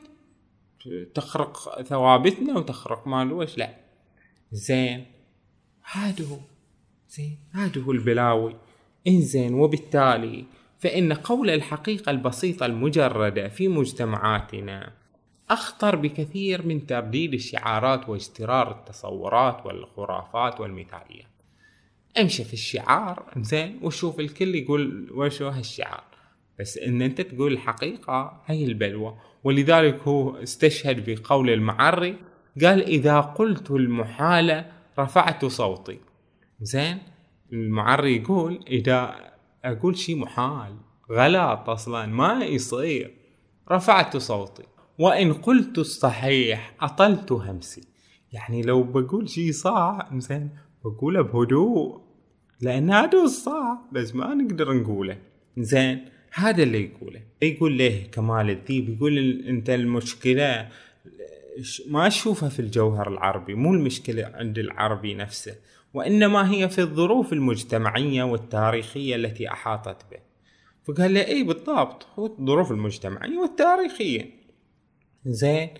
تخرق ثوابتنا وتخرق مال وش لا. زين هذا هو زين هذا هو البلاوي. انزين وبالتالي فإن قول الحقيقة البسيطة المجردة في مجتمعاتنا أخطر بكثير من ترديد الشعارات واجترار التصورات والخرافات والمثاليات. امشي في الشعار زين وشوف الكل يقول وشو هالشعار، بس ان انت تقول الحقيقة هي البلوى. ولذلك هو استشهد بقول المعري، قال إذا قلت المحالة رفعت صوتي. زين المعري يقول إذا أقول شي محال غلط أصلا ما يصير رفعت صوتي، وإن قلت الصحيح أطلت همسي. يعني لو بقول شي صح زين بقوله بهدوء لأن هذا الصح بس ما نقدر نقوله. زين هذا اللي يقوله. يقول له كمال الذيب، يقول انت المشكلة ما تشوفها في الجوهر العربي، مو المشكلة عند العربي نفسه، وإنما هي في الظروف المجتمعية والتاريخية التي أحاطت به. فقال له اي بالضبط هو الظروف المجتمعية والتاريخية. زين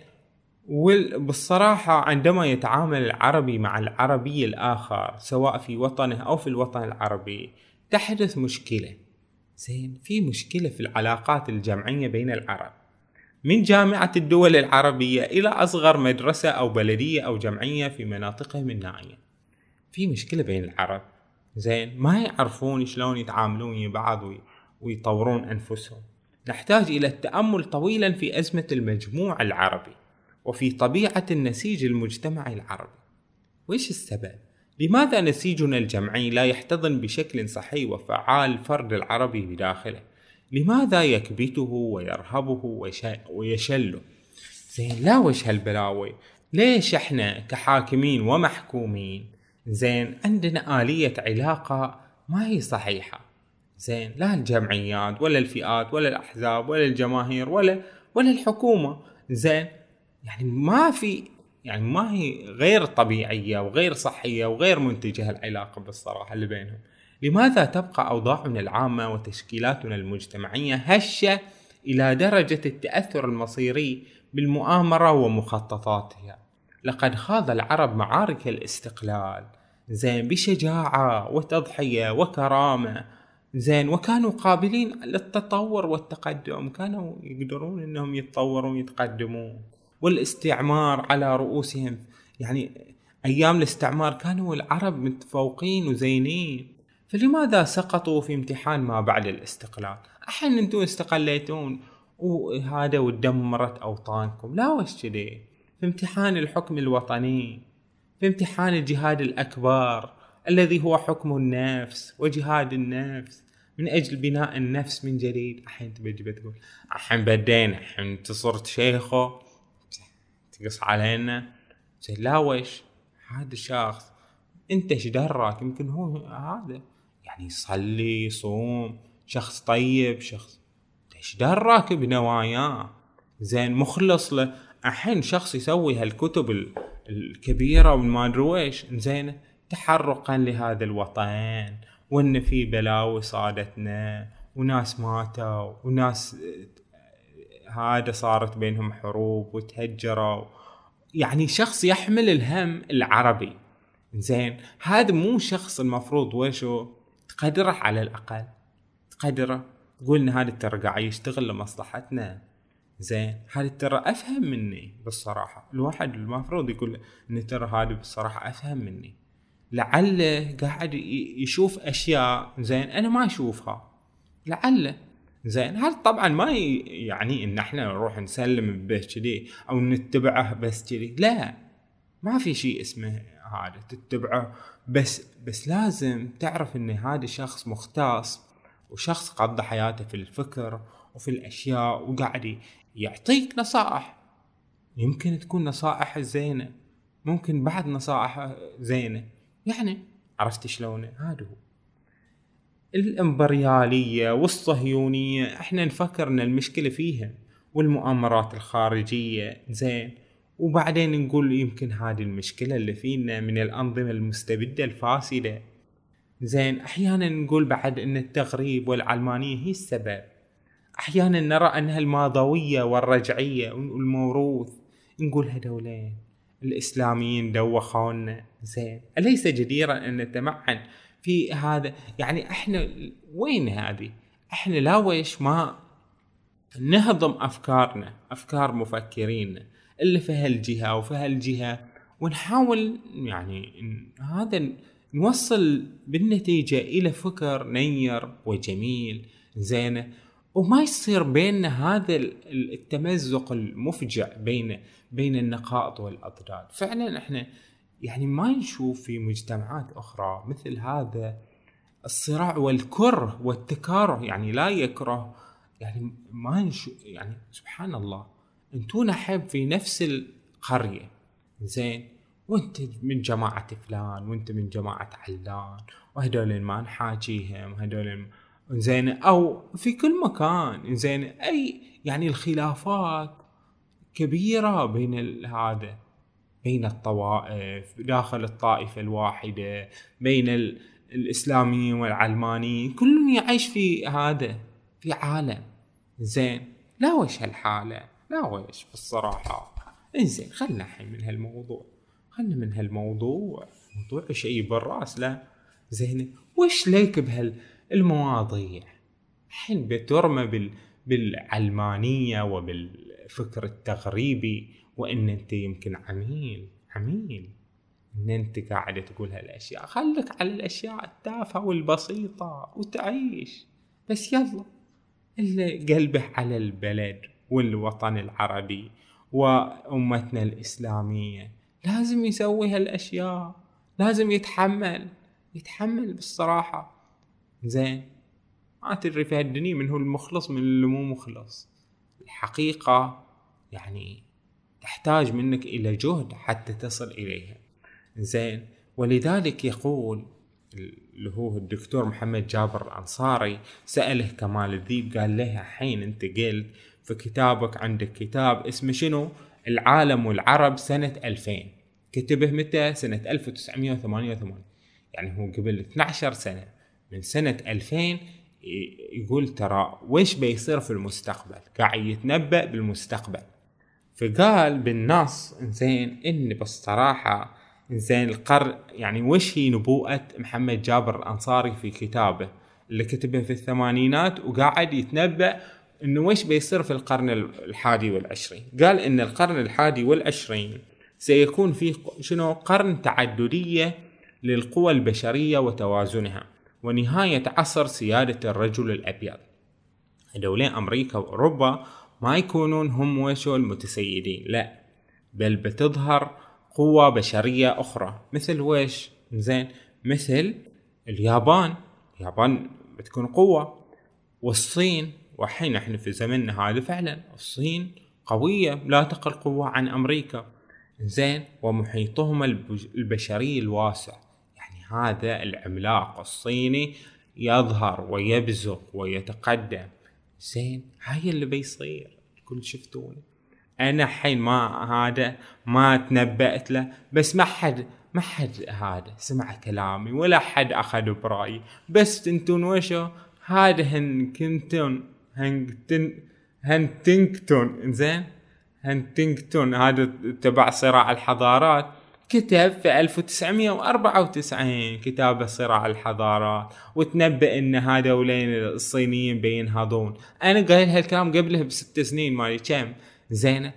وبالصراحة عندما يتعامل العربي مع العربي الآخر سواء في وطنه أو في الوطن العربي تحدث مشكلة. زين في مشكلة في العلاقات الجمعية بين العرب، من جامعة الدول العربية إلى أصغر مدرسة أو بلدية أو جمعية في مناطقهم النائية. في مشكلة بين العرب. زين ما يعرفون شلون يتعاملون مع بعض ويطورون أنفسهم. نحتاج إلى التأمل طويلا في أزمة المجموع العربي وفي طبيعة النسيج المجتمعي العربي. وإيش السبب؟ لماذا نسيجنا الجمعي لا يحتضن بشكل صحي وفعال الفرد العربي بداخله؟ لماذا يكبته ويرهبه ويشله؟ زين لا وجه البلاوي. ليش احنا كحاكمين ومحكومين زين عندنا آلية علاقة ما هي صحيحة؟ زين لا الجمعيات ولا الفئات ولا الأحزاب ولا الجماهير ولا ولا الحكومة. زين يعني ما في يعني ما هي غير طبيعية وغير صحية وغير منتجة العلاقة بالصراحة اللي بينهم. لماذا تبقى أوضاعنا العامة وتشكيلاتنا المجتمعية هشة إلى درجة التأثر المصيري بالمؤامرة ومخططاتها؟ لقد خاض العرب معارك الاستقلال زين بشجاعة وتضحية وكرامة. زين وكانوا قابلين للتطور والتقدم، كانوا يقدرون انهم يتطورون ويتقدمون. والاستعمار على رؤوسهم، يعني ايام الاستعمار كانوا العرب متفوقين وزينين، فلماذا سقطوا في امتحان ما بعد الاستقلال؟ الحين انتم استقليتون وهذا ودمرت اوطانكم، لا وش كذي في امتحان الحكم الوطني، في امتحان الجهاد الأكبر الذي هو حكم النفس وجهاد النفس من أجل بناء النفس من جديد. الحين تبي تقول الحين بدينا، الحين انت صرت شيخه تقص علينا. لا وش هذا الشخص انت ايش دراك؟ يمكن هو هذا يعني يصلي يصوم شخص طيب، شخص ايش دراك بنواياه؟ زين مخلص له. الحين شخص يسوي هالكتب الكبيرة وما ادري ويش زين تحرقا لهذا الوطن، وان في بلاوي صادتنا وناس ماتوا وناس هذا صارت بينهم حروب وتهجروا. يعني شخص يحمل الهم العربي. زين هذا مو شخص المفروض وشو تقدره، على الأقل تقدره تقول ان هذا ترى قاعد يشتغل لمصلحتنا. زين هذا ترى أفهم مني بالصراحة. الواحد المفروض يقول ان ترى هذا بالصراحة أفهم مني، لعله قاعد يشوف أشياء زين أنا ما أشوفها لعله. زين هذا طبعا ما يعني ان احنا نروح نسلم به كذي او نتبعه بس كذي، لا ما في شيء اسمه هذا تتبعه بس بس لازم تعرف ان هذا شخص مختص وشخص قضى حياته في الفكر وفي الاشياء وقاعد يعطيك نصائح. يمكن تكون نصائح زينة، ممكن بعد نصائح زينة، يعني عرفت شلون؟ هذا هو الإمبريالية والصهيونية. احنا نفكر ان المشكلة فيهم والمؤامرات الخارجية زين، وبعدين نقول يمكن هذه المشكلة اللي فينا من الأنظمة المستبدة الفاسدة. زين احيانا نقول بعد ان التغريب والعلمانية هي السبب. أحيانا نرى أنها الماضوية والرجعية والموروث، نقول هدولين الإسلاميين دوخونا. زين، أليس جديرا أن نتمعن في هذا؟ يعني احنا وين هذه؟ احنا لا ويش ما نهضم أفكارنا، أفكار مفكرين اللي في هالجهة وفي هالجهة، ونحاول يعني هذا نوصل بالنتيجة إلى فكر نير وجميل. زين، وما يصير بيننا هذا التمزق المفجع بين بين النقائض والأضداد. فعلا احنا يعني ما نشوف في مجتمعات أخرى مثل هذا الصراع والكره والتكاره، يعني لا يكره، يعني ما نشوف، يعني سبحان الله انتو نحب في نفس القرية. زين، وانت من جماعة فلان وانت من جماعة علان، وهدول ما نحاجيهم وهدول زين، او في كل مكان. زين، اي يعني الخلافات كبيرة بين هذا، بين الطوائف داخل الطائفة الواحدة، بين الإسلاميين والعلمانيين، كل يعيش في هذا في عالم. زين، لا وش هالحالة، لا وش بالصراحة. انزين، خلنا حين من هالموضوع، خلنا من هالموضوع، موضوع شيء بالراس لا. زين، وش ليك بهالمواضيع حين بترمى بال بالعلمانية وبالفكر التغريبي، وإن أنت يمكن عميل عميل إن أنت قاعدة تقول هالأشياء. خلك على الأشياء التافهة والبسيطة وتعيش بس. يلا، اللي قلبه على البلد والوطن العربي وأمتنا الإسلامية لازم يسوي هالأشياء، لازم يتحمل يتحمل بالصراحة. زين، ما تدري في هالدنيا من هو المخلص من اللي مو مخلص. الحقيقة يعني تحتاج منك إلى جهد حتى تصل إليها. زين، ولذلك يقول اللي هو الدكتور محمد جابر الأنصاري، سأله كمال الذيب قال له حين أنت قلت في كتابك عندك كتاب اسمه شنو؟ العالم والعرب سنة ألفين، كتبه متى؟ سنة ألف وتسعمائة وثمانية وثمانين، يعني هو قبل اثنتي عشرة سنة من سنة ألفين. يقول ترى ويش بيصير في المستقبل، قاعد يتنبأ بالمستقبل. فقال بالنص إنزين إن بالصراحة إنزين القرن، يعني وش هي نبوءة محمد جابر الأنصاري في كتابه اللي كتبه في الثمانينات، وقاعد يتنبأ إنه وش بيصير في القرن الحادي والعشرين. قال إن القرن الحادي والعشرين سيكون فيه شنو؟ قرن تعددية للقوى البشرية وتوازنها، ونهاية عصر سيادة الرجل الأبيض. دولين أمريكا وأوروبا ما يكونون هم وشو المتسيدين، لا، بل بتظهر قوة بشرية أخرى مثل وش؟ زين، مثل اليابان. اليابان بتكون قوة، والصين، وحين احنا في زمننا هذا فعلا الصين قوية لا تقل قوة عن أمريكا. زين، ومحيطهم البشري الواسع، يعني هذا العملاق الصيني يظهر ويبزق ويتقدم. زين، هاي اللي بيصير. كل شفتوني أنا حين ما هذا ما تنبأت له، بس ما حد ما حد هذا سمع كلامي ولا حد أخذ برأيي، بس انتون وشو هذا هن كنتون هنتن هنتنكتون. زين، هنتنكتون هذا تبع صراع الحضارات، كتب في ألف وتسعمائة وأربعة وتسعين كتاب صراع الحضارات، وتنبأ ان هذولين الصينيين بينهضون. انا قايل هالكلام قبله بست سنين مالي كم. زين،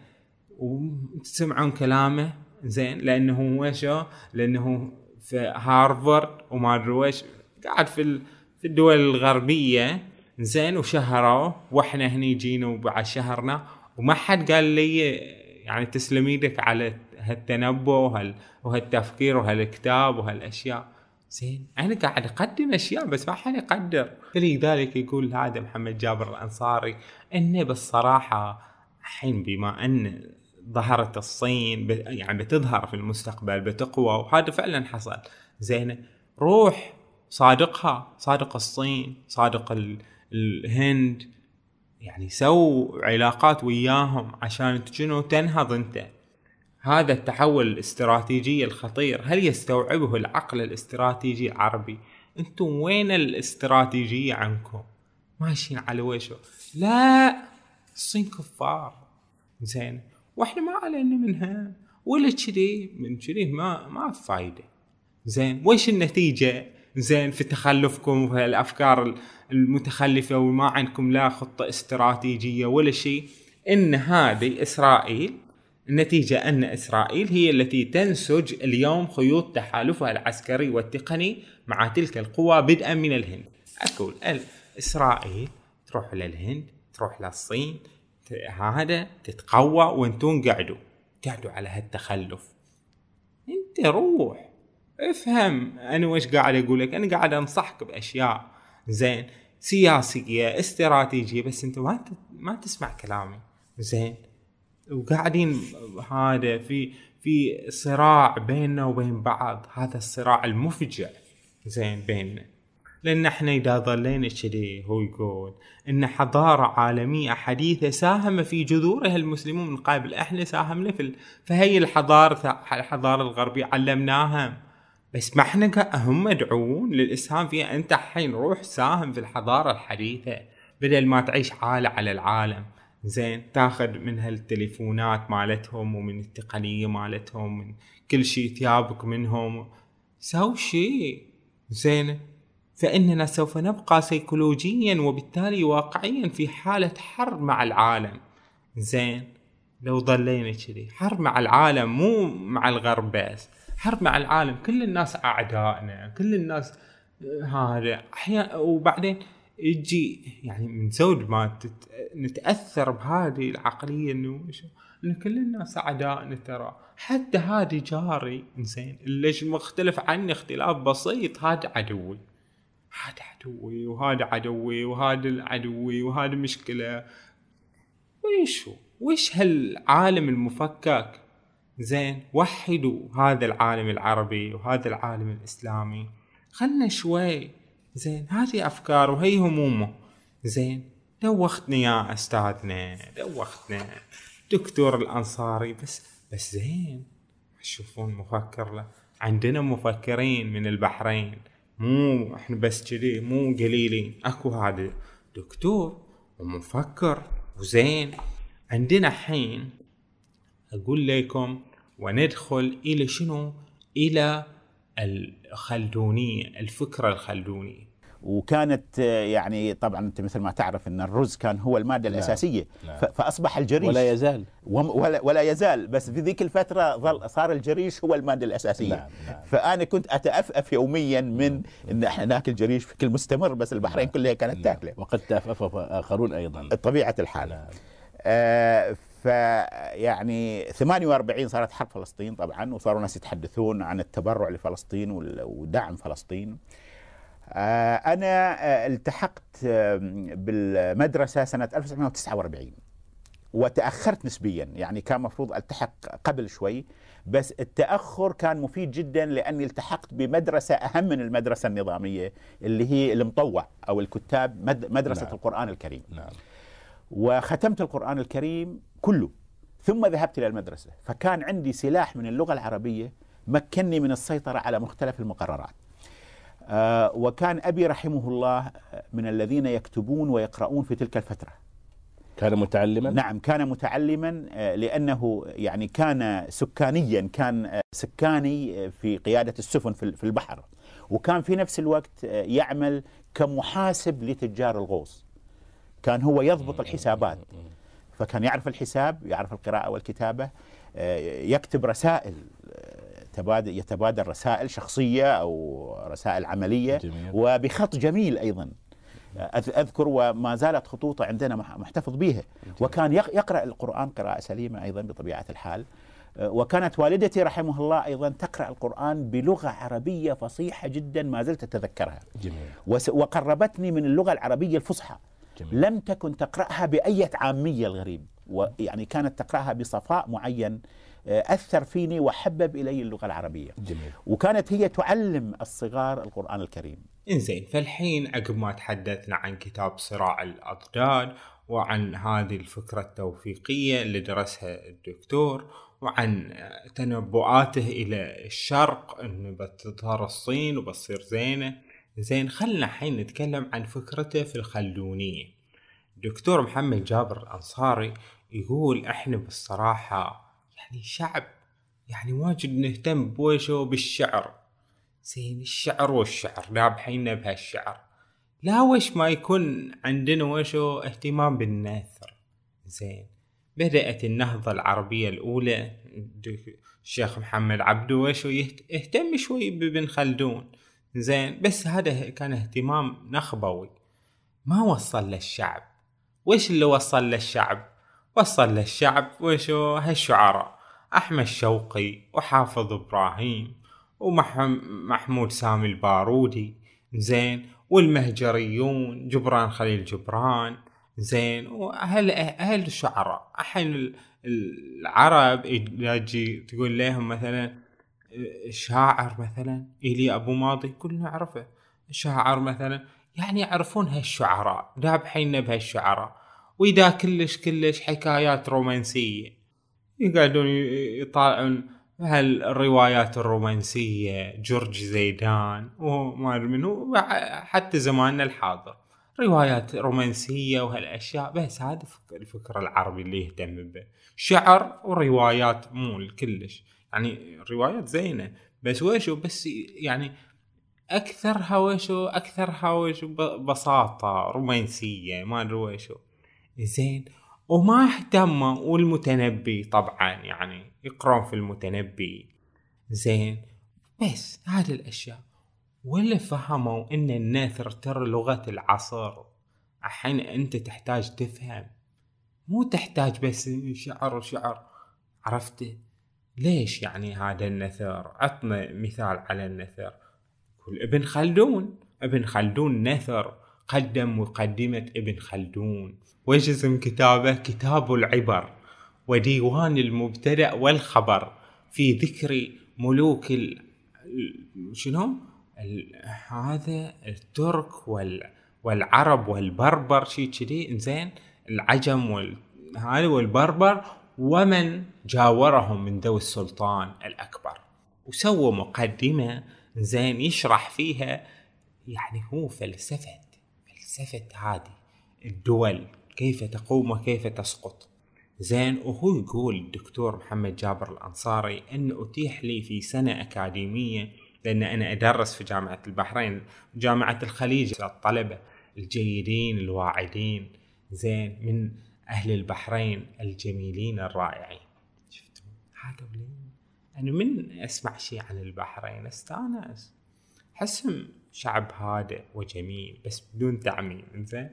وتسمعون كلامه. زين، لانه هو شو، لانه في هارفارد وما ادري ويش، قاعد في في الدول الغربيه. زين، وشهروا، واحنا هني جينا وبعد شهرنا وما حد قال لي يعني تسلم ايدك على هالتنبؤ وهال وهالتفكير وهالكتاب وهالاشياء. زين، انا قاعد اقدم اشياء بس ما حد يقدر. لذلك يقول هذا محمد جابر الانصاري انه بالصراحه الحين بما ان ظهرت الصين يعني بتظهر في المستقبل بتقوى، وهذا فعلا حصل. زين، روح صادقها، صادق الصين، صادق الهند، يعني سو علاقات وياهم عشان تجنو تنهض انت. هذا التحول الاستراتيجي الخطير هل يستوعبه العقل الاستراتيجي العربي؟ انتم وين الاستراتيجية عنكم؟ ماشيين على وجهه. لا، الصين كفار زين، واحنا ما علينا منها ولا كذي من كذي، ما ما في فايده زين. وش النتيجه زين في تخلفكم وفي الافكار المتخلفه وما عندكم لا خطه استراتيجيه ولا شيء؟ ان هذه اسرائيل، النتيجه ان اسرائيل هي التي تنسج اليوم خيوط تحالفها العسكري والتقني مع تلك القوى بدءا من الهند. اقول اسرائيل تروح للهند، تروح للصين، هذا تتقوى، وانتون قاعدوا قاعدوا على هالتخلف. انت روح افهم انا وش قاعد اقول لك. انا قاعد انصحك باشياء زين سياسيه استراتيجيه، بس انت ما ما تسمع كلامي زين. وقاعدين هذا في في صراع بيننا وبين بعض، هذا الصراع المفجع زين بيننا. لأن احنا إذا ظلينا كذي، هو يقول إن حضارة عالمية حديثة ساهم في جذورها المسلمون من قبل، احنا ساهمنا في ال... فهي الحضارة الحضارة الغربية علمناها، بس ما احنا هم مدعوون للإسهام فيها. أنت حين روح ساهم في الحضارة الحديثة بدل ما تعيش حالة على العالم زين، تاخذ من هالتليفونات مالتهم ومن التقنية مالتهم، من كل شيء ثيابك منهم. سوي شيء زين، فإننا سوف نبقى سيكولوجيا وبالتالي واقعيا في حالة حرب مع العالم زين. لو ضلينا كذي حرب مع العالم، مو مع الغرب بس، حرب مع العالم، كل الناس أعدائنا، كل الناس هذا أحيانا. وبعدين يجي يعني من زود ما تت... نتأثر بهذه العقلية إنه إن كل الناس أعدائنا، ترى حتى هذا جاري زين ليش مختلف عني اختلاف بسيط، هذا عدوي، هذا عدوي وهذا عدوي وهذا العدوي وهذا مشكلة. ويش هو ويش هالعالم المفكك زين؟ وحدوا هذا العالم العربي وهذا العالم الإسلامي، خلنا شوي زين. هذه أفكار وهي همومه زين. دوختنا يا أستاذنا، دوختنا دكتور الأنصاري، بس بس زين تشوفون مفكر له. عندنا مفكرين من البحرين، مو احنا بس كذي، مو قليلين. اكو هذا دكتور ومفكر وزين. عندنا حين اقول لكم وندخل الى شنو، الى الخلدونية، الفكرة الخلدونية. وكانت يعني طبعا انت مثل ما تعرف ان الرز كان هو الماده لا الاساسيه لا. فاصبح الجريش ولا يزال ولا, ولا يزال، بس في ذيك الفتره ظل صار الجريش هو الماده الاساسيه. لا. لا. فانا كنت اتأفأف يوميا من ان احنا ناكل جريش بشكل مستمر، بس البحرين لا. كلها كانت تاكله، وقد تأفأف اخرون ايضا طبيعه الحال. لا. آه فيعني ثمانية وأربعين صارت حرب فلسطين طبعا، وصاروا ناس يتحدثون عن التبرع لفلسطين ودعم فلسطين. أنا التحقت بالمدرسة سنة ألف وتسعمائة وتسعة وأربعين وتأخرت نسبيا، يعني كان مفروض التحق قبل شوي، بس التأخر كان مفيد جدا لأني التحقت بمدرسة أهم من المدرسة النظامية اللي هي المطوع أو الكتاب، مدرسة نعم. القرآن الكريم. نعم. وختمت القرآن الكريم كله، ثم ذهبت إلى المدرسة، فكان عندي سلاح من اللغة العربية مكنني من السيطرة على مختلف المقررات. آه وكان أبي رحمه الله من الذين يكتبون ويقرؤون في تلك الفترة. كان متعلما؟ نعم كان متعلما، آه لأنه يعني كان سكانيا، كان آه سكاني في قيادة السفن في البحر، وكان في نفس الوقت آه يعمل كمحاسب لتجار الغوص. كان هو يضبط الحسابات، فكان يعرف الحساب، يعرف القراءة والكتابة، آه يكتب رسائل، يتبادل رسائل شخصية أو رسائل عملية جميل. وبخط جميل أيضا أذكر، وما زالت خطوطه عندنا محتفظ بها. وكان يقرأ القرآن قراءة سليمة أيضا بطبيعة الحال. وكانت والدتي رحمه الله أيضا تقرأ القرآن بلغة عربية فصيحة جدا ما زلت أتذكرها جميل. وقربتني من اللغة العربية الفصحى جميل. لم تكن تقرأها بأية عامية الغريب، ويعني كانت تقرأها بصفاء معين أثر فيني وحبب إلي اللغة العربية جميل. وكانت هي تعلم الصغار القرآن الكريم. إنزين، فالحين عقب ما تحدثنا عن كتاب صراع الأضداد وعن هذه الفكرة التوفيقية اللي درسها الدكتور، وعن تنبؤاته إلى الشرق أنه بتظهر الصين وبتصير زينة زين خلنا حين نتكلم عن فكرته في الخلدونية. دكتور محمد جابر الأنصاري يقول احنا بالصراحة يعني شعب يعني واجد نهتم بوشو بالشعر. زين الشعر والشعر رابحين بهالشعر، لا وش ما يكون عندنا وشو اهتمام بالنثر. زين بدأت النهضة العربية الأولى، الشيخ محمد عبده وشو يهتم شوي بابن خلدون. زين بس هذا كان اهتمام نخبوي ما وصل للشعب. وش اللي وصل للشعب؟ وصل للشعب وشو هالشعراء أحمد شوقي وحافظ إبراهيم ومحمود سامي البارودي، زين والمهجريون جبران خليل جبران، زين وأهل أهل الشعراء. الحين العرب يجي تقول لهم مثلا شاعر مثلا إيليا أبو ماضي كلنا نعرفه شاعر مثلا، يعني يعرفون هالشعراء دابحين بهالشعراء. وإذا كلش كلش حكايات رومانسية يقعدون يطالعون هالروايات الرومانسية، جورج زيدان وما أدري منو، حتى زماننا الحاضر روايات رومانسية وهالأشياء. بس هذا الفكر العربي اللي يهتم به شعر وروايات مو كلش، يعني روايات زينة بس وشو بس يعني أكثرها وشو أكثرها وشو بساطة رومانسية ما أدري وشو. زين وما اهتموا. والمتنبي طبعا يعني يقرون في المتنبي، زين بس هذه الأشياء. ولا فهموا إن النثر ترى لغة العصر. الحين أنت تحتاج تفهم، مو تحتاج بس شعر شعر. عرفت ليش يعني هذا النثر؟ عطنا مثال على النثر. كل ابن خلدون ابن خلدون نثر، قدم مقدمة ابن خلدون. وش اسم كتابه؟ كتاب العبر وديوان المبتدأ والخبر في ذكر ملوك ال... شنو ال... هذا الترك وال... والعرب والبربر شيء كذي. إنزين العجم وال... هذا والبربر ومن جاورهم من ذوي السلطان الأكبر. وسوى مقدمة زين يشرح فيها يعني هو فلسفة فلسفة هذه الدول كيف تقوم وكيف تسقط. زين وهو يقول الدكتور محمد جابر الأنصاري أن أتيح لي في سنة أكاديمية، لأن أنا أدرس في جامعة البحرين جامعة الخليج، الطلبة الجيدين الواعدين زين من أهل البحرين الجميلين الرائعين. شفتوا هذا ولين أنا من أسمع شيء عن البحرين استانس، حسهم شعب هادئ وجميل بس بدون تعميم. زين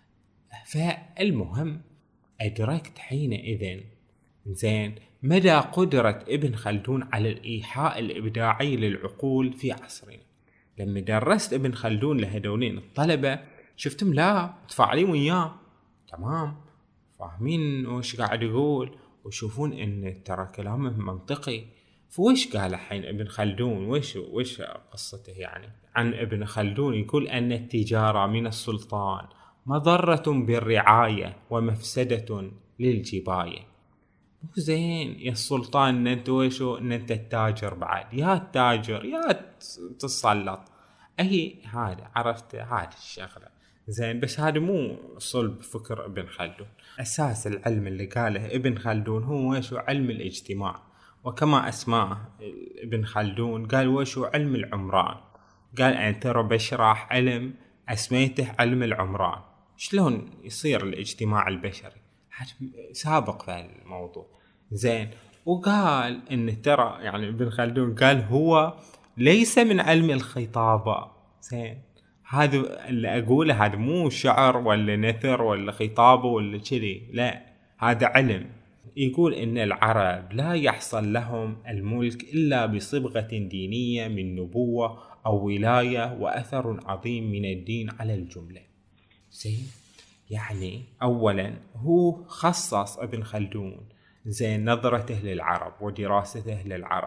فالمهم أدركت حينئذ زين مدى قدرة ابن خلدون على الإيحاء الإبداعي للعقول في عصرنا. لما درست ابن خلدون لهدولين الطلبة شفتم لا تفاعلين وياه تمام، فاهمين وش قاعد يقول ويشوفون ان ترى كلامه منطقي. فوش قال الحين ابن خلدون؟ وش وش قصته يعني؟ عن ابن خلدون يقول ان التجارة من السلطان مضرة بالرعاية ومفسدة للجباية. مو زين يا السلطان ان انت وشو ان انت التاجر بعد، يا التاجر يا تسلط اي هذا. عرفت هذه الشغلة زين؟ بس هذا مو صلب فكر ابن خلدون. اساس العلم اللي قاله ابن خلدون هو وشو علم الاجتماع، وكما اسماه ابن خلدون قال وشو علم العمران. قال أنا ترى بشرح علم اسميته علم العمران، شلون يصير الاجتماع البشري، سابق في الموضوع زين. وقال ان ترى يعني ابن خلدون قال هو ليس من علم الخطابة. زين هذا اللي اقوله هذا مو شعر ولا نثر ولا خطابة ولا كذي، لا هذا علم. يقول ان العرب لا يحصل لهم الملك الا بصبغة دينية من نبوة او ولاية واثر عظيم من الدين على الجملة. زين يعني اولا هو خصص ابن خلدون زين نظرته للعرب ودراسته للعرب،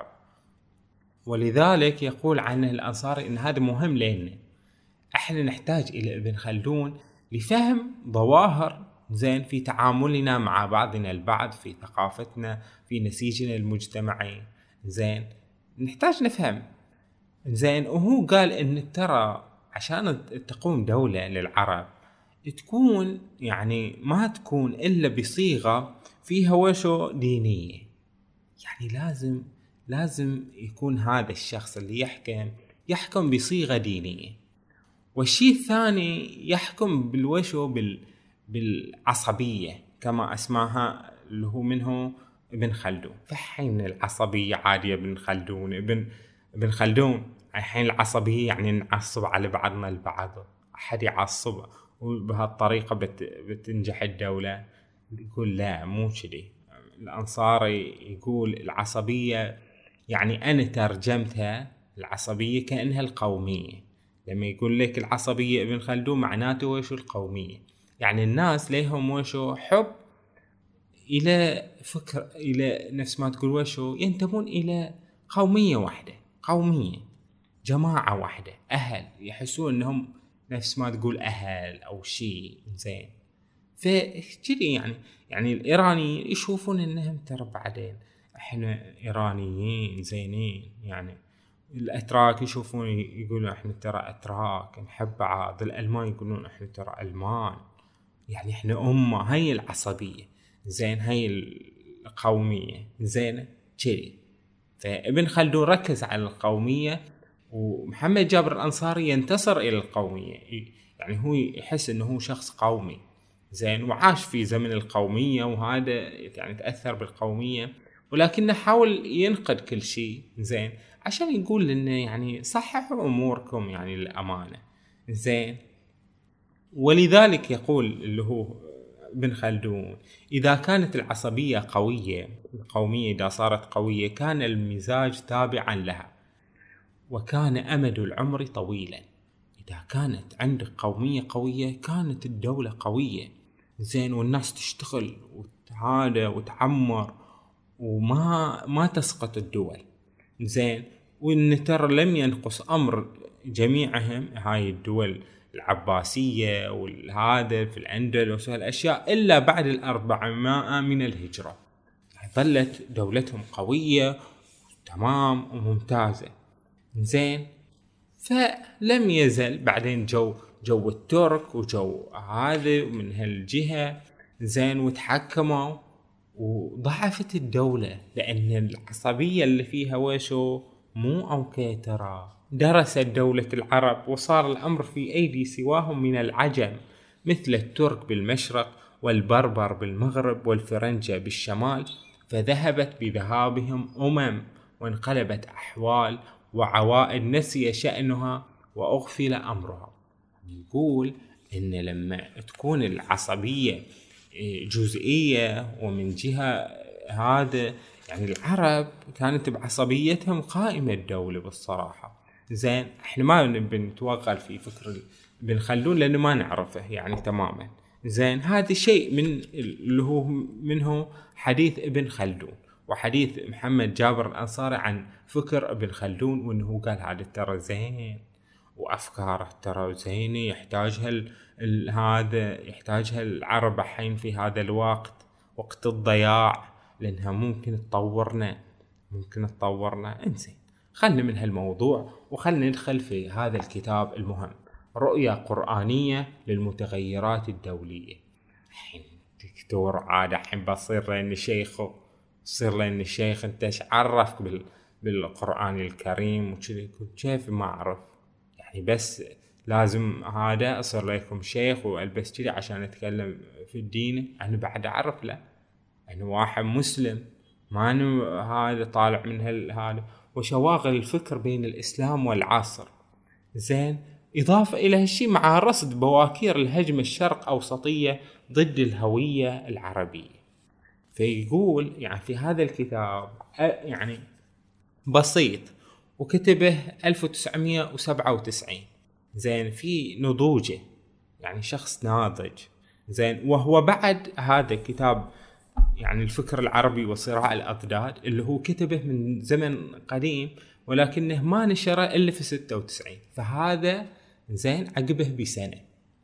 ولذلك يقول عنه الأنصاري ان هذا مهم لنا. احنا نحتاج الى ابن خلدون لفهم ظواهر زين في تعاملنا مع بعضنا البعض، في ثقافتنا، في نسيجنا المجتمعي. زين نحتاج نفهم زين. وهو قال ان ترى عشان تقوم دولة للعرب تكون يعني ما تكون إلا بصيغة فيها وشو دينية. يعني لازم لازم يكون هذا الشخص اللي يحكم يحكم بصيغة دينية. والشيء الثاني يحكم بالوشو بال بالعصبية كما أسماها اللي هو منه ابن خلدون. فحين العصبية عادية ابن خلدون ابن ابن خلدون الحين العصبية يعني نعصب على بعضنا البعض، أحد يعصب وبهالطريقة بت بتنجح الدولة. يقول لا مو كذي. الأنصاري يقول العصبية يعني أنا ترجمتها العصبية كأنها القومية. لما يقول لك العصبية ابن خلدون معناته وشو القومية، يعني الناس ليهم وشو حب إلى فكر إلى نفس ما تقول وشو ينتمون إلى قومية واحدة، قومية جماعة واحدة، أهل يحسون أنهم نفس ما تقول أهل أو شيء زين. فكذي يعني يعني الإيراني يشوفون أنهم ترى بعدين إحنا إيرانيين زينين. يعني الأتراك يشوفون يقولون إحنا ترى أتراك نحب بعض. الألمان يقولون إحنا ترى ألمان، يعني إحنا أمة. هاي العصبية زين، هاي القومية زين كذي. فابن خلدون ركز على القومية، ومحمد جابر الأنصاري ينتصر إلى القومية. يعني هو يحس إنه هو شخص قومي زين وعاش في زمن القومية، وهذا يعني تأثر بالقومية، ولكنه حاول ينقد كل شيء زين عشان يقول لنا يعني صححوا أموركم يعني للأمانة زين. ولذلك يقول اللي هو ابن خلدون إذا كانت العصبية قوية، القومية إذا صارت قوية كان المزاج تابعا لها وكان أمد العمر طويلا. إذا كانت عندك قومية قوية كانت الدولة قوية زين، والناس تشتغل وتعادى وتعمر وما ما تسقط الدول زين. وإن ترى لم ينقص أمر جميعهم هاي الدول العباسية والهذا في الأندلس والأشياء إلا بعد الأربعمائة من الهجرة. ظلت دولتهم قوية تمام وممتازة زين. فلم يزل بعدين جو جو الترك وجو هذا من هالجهة زين وتحكموا وضعفت الدولة، لأن العصبية اللي فيها وشو مو أوكي. ترى درست دولة العرب وصار الأمر في أيدي سواهم من العجم، مثل الترك بالمشرق والبربر بالمغرب والفرنجة بالشمال، فذهبت بذهابهم أمم وانقلبت أحوال وعوائد نسي شأنها وأغفل أمرها. يقول إن لما تكون العصبية جزئية ومن جهة هذا يعني العرب كانت بعصبيتهم قائمة الدولة بالصراحة زين. احنا ما بنتوغل في فكر ابن خلدون لأنه ما نعرفه يعني تماما زين. هذا شيء من اللي هو منه حديث ابن خلدون وحديث محمد جابر الأنصاري عن فكر ابن خلدون، وانه قال هذا ترى زين وافكاره ترى زينه يحتاجها هذا يحتاجها العرب الحين في هذا الوقت، وقت الضياع، لانها ممكن تطورنا ممكن تطورنا انزين. خلنا من هالموضوع وخلنا ندخل في هذا الكتاب المهم، رؤية قرآنية للمتغيرات الدولية. الحين دكتور عاد الحين بصير لأني شيخه صير لأني شيخ، انت ايش عرفك بال بالقرآن الكريم وكذا؟ كيف ما أعرف يعني، بس لازم هذا أصير لكم شيخ وألبس كذا عشان أتكلم في الدين؟ أنا بعد أعرف لا، أنا واحد مسلم ما أنا هذا طالع من هذا وشواغل الفكر بين الإسلام والعصر زين. إضافة إلى هالشيء مع رصد بواكير الهجمة الشرق أوسطية ضد الهوية العربية. فيقول يعني في هذا الكتاب يعني بسيط وكتبه ألف وتسعمائة وسبعة وتسعين زين، في نضوجه يعني شخص ناضج زين. وهو بعد هذا الكتاب يعني الفكر العربي وصراع الأضداد اللي هو كتبه من زمن قديم، ولكنه ما نشره إلا في ستة وتسعين، فهذا زين عقبه بسنة.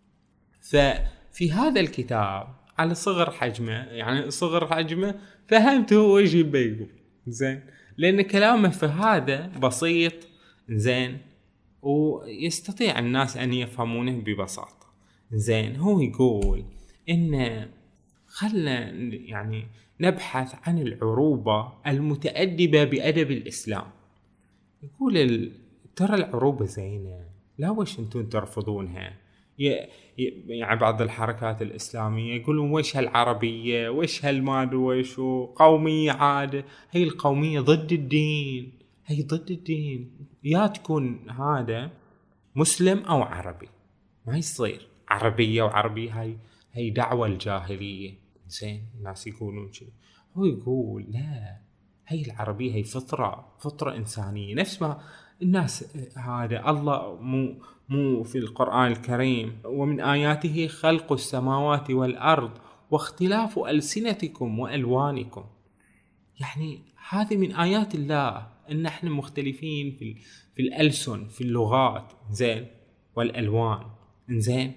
ففي هذا الكتاب على صغر حجمه يعني صغر حجمه فهمت هو ايش يبي يقول زين، لأن كلامه في هذا بسيط زين ويستطيع الناس أن يفهمونه ببساطة. زين هو يقول إن خلنا يعني نبحث عن العروبة المتأدبة بأدب الإسلام. يقول ال... ترى العروبة زينة، لا وش انتم ترفضونها؟ ي... يعني بعض الحركات الإسلامية يقولون وش هالعربية، وش هالماد، وش قومية عادة. هي القومية ضد الدين، هي ضد الدين. يا تكون هذا مسلم أو عربي، ما يصير عربية وعربي. هاي هي دعوة الجاهلية. زين الناس يقولون شيء، هو يقول لا، هي العربية هي فطرة فطرة إنسانية. نفس ما الناس هذا الله مو مو في القرآن الكريم ومن آياته خلق السماوات والأرض واختلاف ألسنتكم وألوانكم. يعني هذه من آيات الله إن احنا مختلفين في في الألسن، في اللغات، زين، والألوان، زين.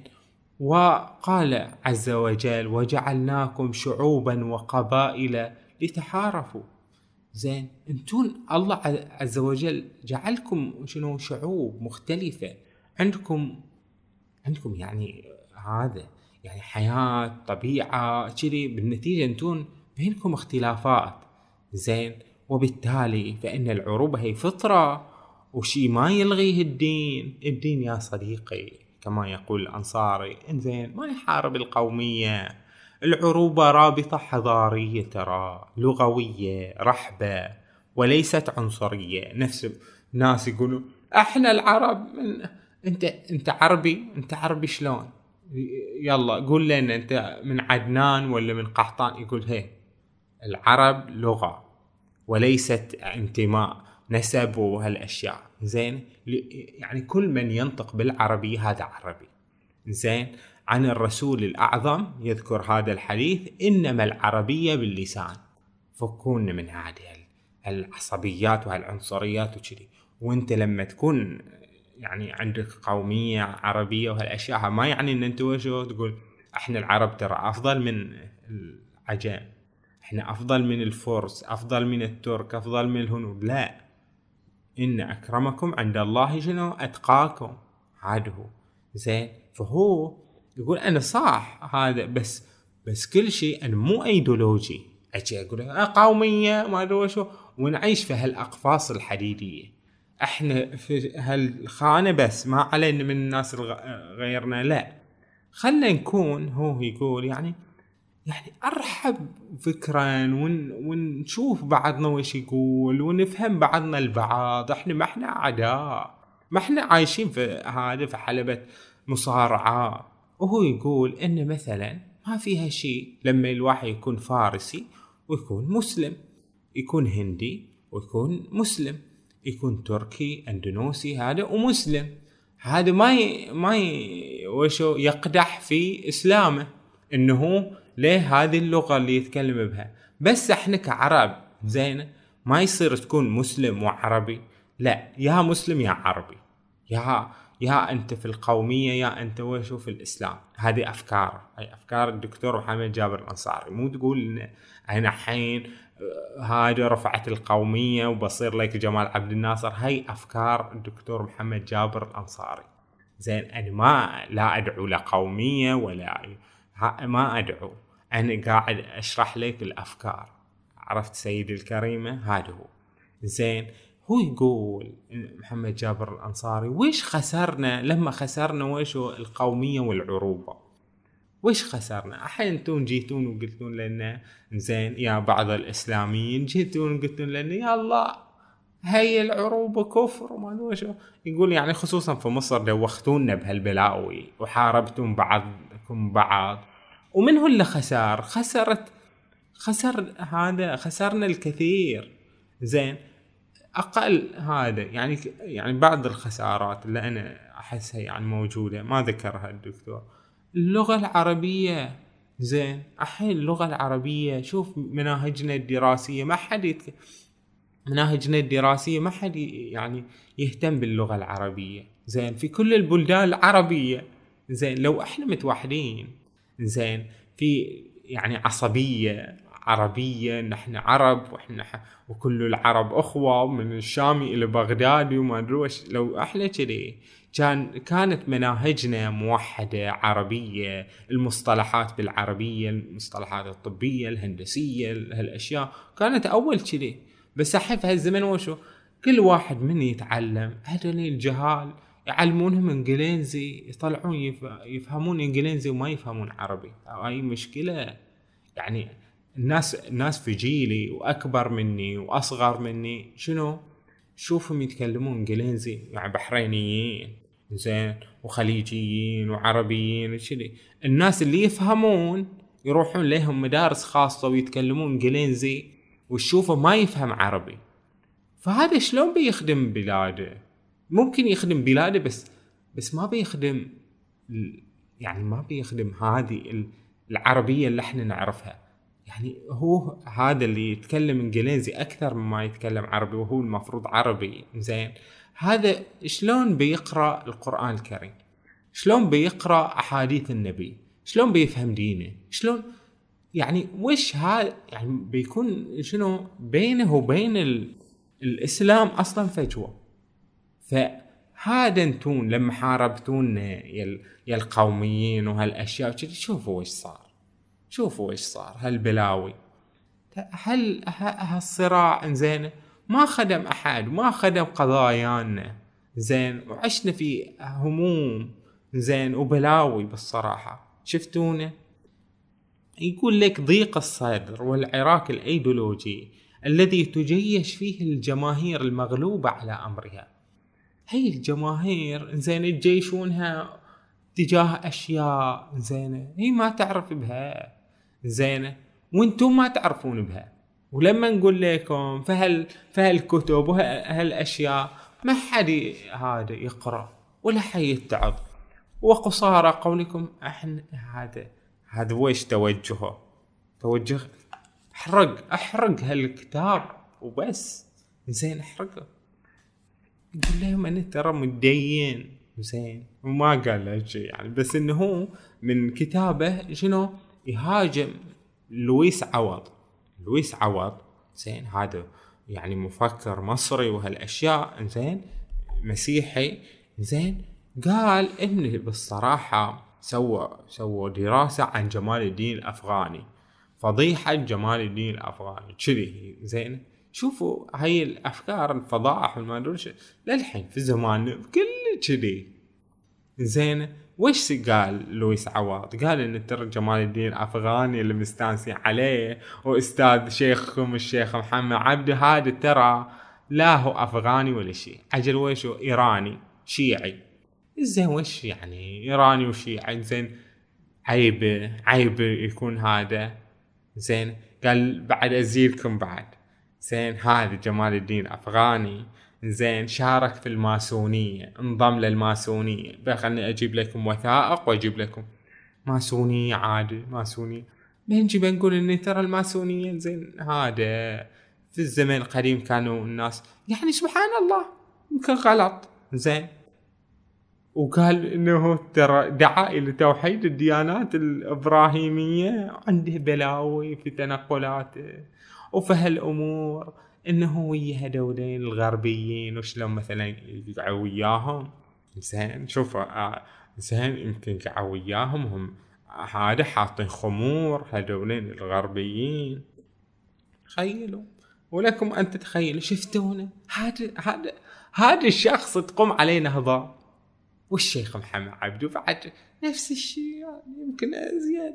وقال عز وجل وجعلناكم شعوبا وقبائل لتعارفوا. زين انتون الله عز وجل جعلكم شنو شعوب مختلفة، عندكم عندكم يعني هذا يعني حياة طبيعة كذي، بالنتيجة انتون بينكم اختلافات. زين وبالتالي فإن العروبة هي فطرة وشي ما يلغيه الدين. الدين يا صديقي كما يقول الأنصاري إنزين ما يحارب القومية. العروبة رابطة حضارية، ترى لغوية رحبة وليست عنصرية. نفس الناس يقولوا احنا العرب من... انت انت عربي، انت عربي شلون؟ يلا قول لنا انت من عدنان ولا من قحطان. يقول هي العرب لغة وليست انتماء نسب وهالاشياء. زين يعني كل من ينطق بالعربي هذا عربي. زين عن الرسول الأعظم يذكر هذا الحديث إنما العربية باللسان. فكون من هذه العصبيات وهالعنصريات وكذي. وانت لما تكون يعني عندك قومية عربية وهالأشياء ما يعني ان انت وشو تقول احنا العرب ترى افضل من العجم، احنا افضل من الفرس، افضل من الترك، افضل من الهنود. لا، ان اكرمكم عند الله شنو اتقاكم. هذا هو. زين فهو يقول انا صح هذا، بس بس كل شيء انا مو ايديولوجي اجي اقول قوميه ما ادري شو ونعيش في هالاقفاص الحديديه. احنا في هالخانه بس ما علينا من الناس غيرنا. لا، خلنا نكون هو يقول يعني يعني ارحب فكرا ون ونشوف بعضنا وش يقول ونفهم بعضنا البعض. احنا ما احنا اعداء، ما احنا عايشين في هذا في حلبة مصارعة. وهو يقول ان مثلا ما فيها شيء لما الواحد يكون فارسي ويكون مسلم، يكون هندي ويكون مسلم، يكون تركي اندونوسي هذا ومسلم. هذا ما ي... ما ي... وشو يقدح في اسلامه انه ليه هذه اللغة اللي يتكلم بها. بس احنا كعرب زين ما يصير تكون مسلم وعربي. لا، يا مسلم يا عربي، يا يا انت في القومية يا انت وشو في الاسلام. هذه افكار، هي افكار الدكتور محمد جابر الانصاري. مو تقول ان انا حين هذا رفعت القومية وبصير لك جمال عبد الناصر. هاي افكار الدكتور محمد جابر الانصاري. زين انا ما لا ادعو لقومية ولا ما ادعو، انا قاعد اشرح لك الافكار. عرفت سيدي الكريمة؟ هذا هو. زين هو يقول محمد جابر الانصاري ويش خسرنا لما خسرنا ويشو القومية والعروبة؟ ويش خسرنا؟ احيانا انتم جيتون وقلتون لنا زين يا بعض الاسلاميين جيتون وقلتون لنا يا الله هي العروبة كفر وما ادري شو. يقول يعني خصوصا في مصر دوختونا بهالبلاوي وحاربتم بعضكم بعض. ومن هو اللي خسر؟ خسرت خسر هذا خسرنا الكثير. زين اقل هذا يعني يعني بعض الخسارات اللي انا احسها يعني موجودة ما ذكرها الدكتور. اللغة العربية. زين الحين اللغة العربية شوف مناهجنا الدراسية ما حد يتك... مناهجنا الدراسية ما حد يعني يهتم باللغة العربية. زين في كل البلدان العربية. زين لو احنا متوحدين زين في يعني عصبية عربية، نحن عرب وإحنا وكل العرب أخوة من الشامي إلى بغدادي وما أدري وش. لو أحلى كذي كان كانت مناهجنا موحدة عربية، المصطلحات بالعربية، المصطلحات الطبية الهندسية هالأشياء كانت أول كذي. بس أحب هالزمن وشو كل واحد من يتعلم هذول الجهال يعلمونهم إنجليزي، يطلعون يفهمون إنجليزي وما يفهمون عربي. هاي مشكلة. يعني الناس الناس في جيلي وأكبر مني وأصغر مني شنو شوفهم يتكلمون إنجليزي، يعني بحرينيين زين وخليجيين وعربيين وشذي. الناس اللي يفهمون يروحون لهم مدارس خاصة ويتكلمون إنجليزي، وتشوفه ما يفهم عربي. فهذا شلون بيخدم بلاده؟ ممكن يخدم بلاده بس بس ما بيخدم، يعني ما بيخدم هذه العربية اللي احنا نعرفها. يعني هو هذا اللي يتكلم انجليزي اكثر مما يتكلم عربي وهو المفروض عربي زين، هذا شلون بيقرأ القرآن الكريم؟ شلون بيقرأ احاديث النبي؟ شلون بيفهم دينه؟ شلون يعني وش هذا؟ يعني بيكون شنو بينه وبين ال... الاسلام اصلا فجوة. فهذا انتون لما حاربتون يا القوميين وهالاشياء كذي، شوفوا وش صار، شوفوا وش صار هالبلاوي. هل هالصراع زين ما خدم احد، ما خدم قضايانا زين، وعشنا في هموم زين وبلاوي بالصراحة. شفتونا يقول لك ضيق الصدر والعراك الايديولوجي الذي تجيش فيه الجماهير المغلوبة على امرها. هي الجماهير زين يجيشونها تجاه اشياء زينة هي ما تعرف بها زينة، وانتم ما تعرفون بها. ولما نقول لكم فهل فهالكتب وهالاشياء ما حد هذا يقرأ ولا حي يتعظ، وقصارى قولكم احنا هذا هذا ويش توجهه؟ توجه احرق احرق هالكتاب وبس زين، احرقه. يقول لهم انا ترى متدين زين، وما قال له شيء يعني، بس انه هو من كتابه شنو يهاجم لويس عوض. لويس عوض زين هذا يعني مفكر مصري وهالاشياء زين، مسيحي زين، قال ان بالصراحة سوى سوى دراسة عن جمال الدين الافغاني، فضيحة جمال الدين الافغاني كذي زين. شوفوا هاي الافكار الفضائح وما ادري ايش للحين في زماننا كل كذي زين. وش قال لويس عوض؟ قال ان ترى جمال الدين الافغاني اللي مستانسين عليه واستاذ شيخكم الشيخ محمد عبده هذا ترى لا هو افغاني ولا شيء، عجل ويش ايراني شيعي زين. وش يعني ايراني وشيعي زين؟ عيب عيب يكون هذا زين. قال بعد ازيدكم بعد زين، هذا جمال الدين الافغاني زين شارك في الماسونية، انضم للماسونية. بخلني اجيب لكم وثائق واجيب لكم ماسونية عادي ماسونية. بنجي بنقول ان ترى الماسونية زين هذا في الزمن القديم كانوا الناس يعني سبحان الله يمكن غلط زين. وقال انه ترى دعا الى توحيد الديانات الابراهيمية، عنده بلاوي في تنقلاته وفي هالامور، انه ويا هذولين الغربيين وشلون مثلا يقعوا وياهم زين. شوف زين يمكن قعوا وياهم هم هذا حاطين خمور هذولين الغربيين. تخيلوا ولكم ان تتخيلوا شفتونا هذا هذا هذا الشخص تقوم عليه نهضة، والشيخ محمد عبده بعد نفس الشيء يعني يمكن ازيد.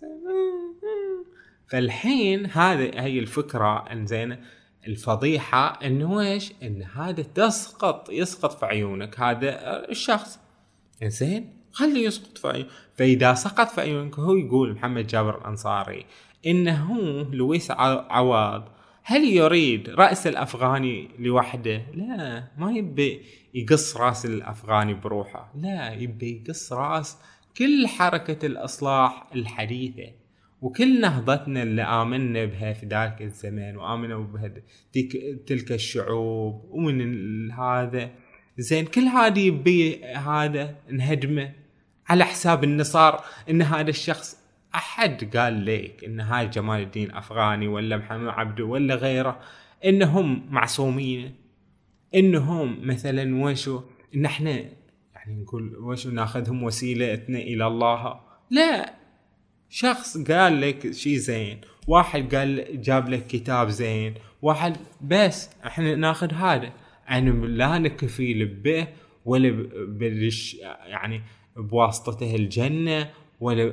فالحين هذا هي الفكرة ان زين الفضيحة انه ايش ان هذا تسقط يسقط في عيونك هذا الشخص زين، خليه يسقط في عيونك. فاذا سقط في عيونك هو يقول محمد جابر الانصاري انه لويس عوض هل يريد رأس الافغاني لوحده؟ لا، ما يبي يقص راس الافغاني بروحه، لا يبي يقص راس كل حركة الاصلاح الحديثة وكل نهضتنا اللي آمنا بها في ذاك الزمان وآمنوا بها تلك الشعوب ومن هذا زين. كل هذه يبي هذا نهدمه على حساب النصار، ان هذا الشخص أحد قال لك إن هاي جمال الدين أفغاني ولا محمد عبده ولا غيره إنهم معصومين، إنهم مثلا وشو إن إحنا يعني نقول وشو ناخذهم وسيلتنا إلى الله؟ لا، شخص قال لك شيء زين، واحد قال جاب لك كتاب زين، واحد بس إحنا ناخذ هذا. أنا لا نكفي به ولا بالش يعني بواسطته الجنة، ولا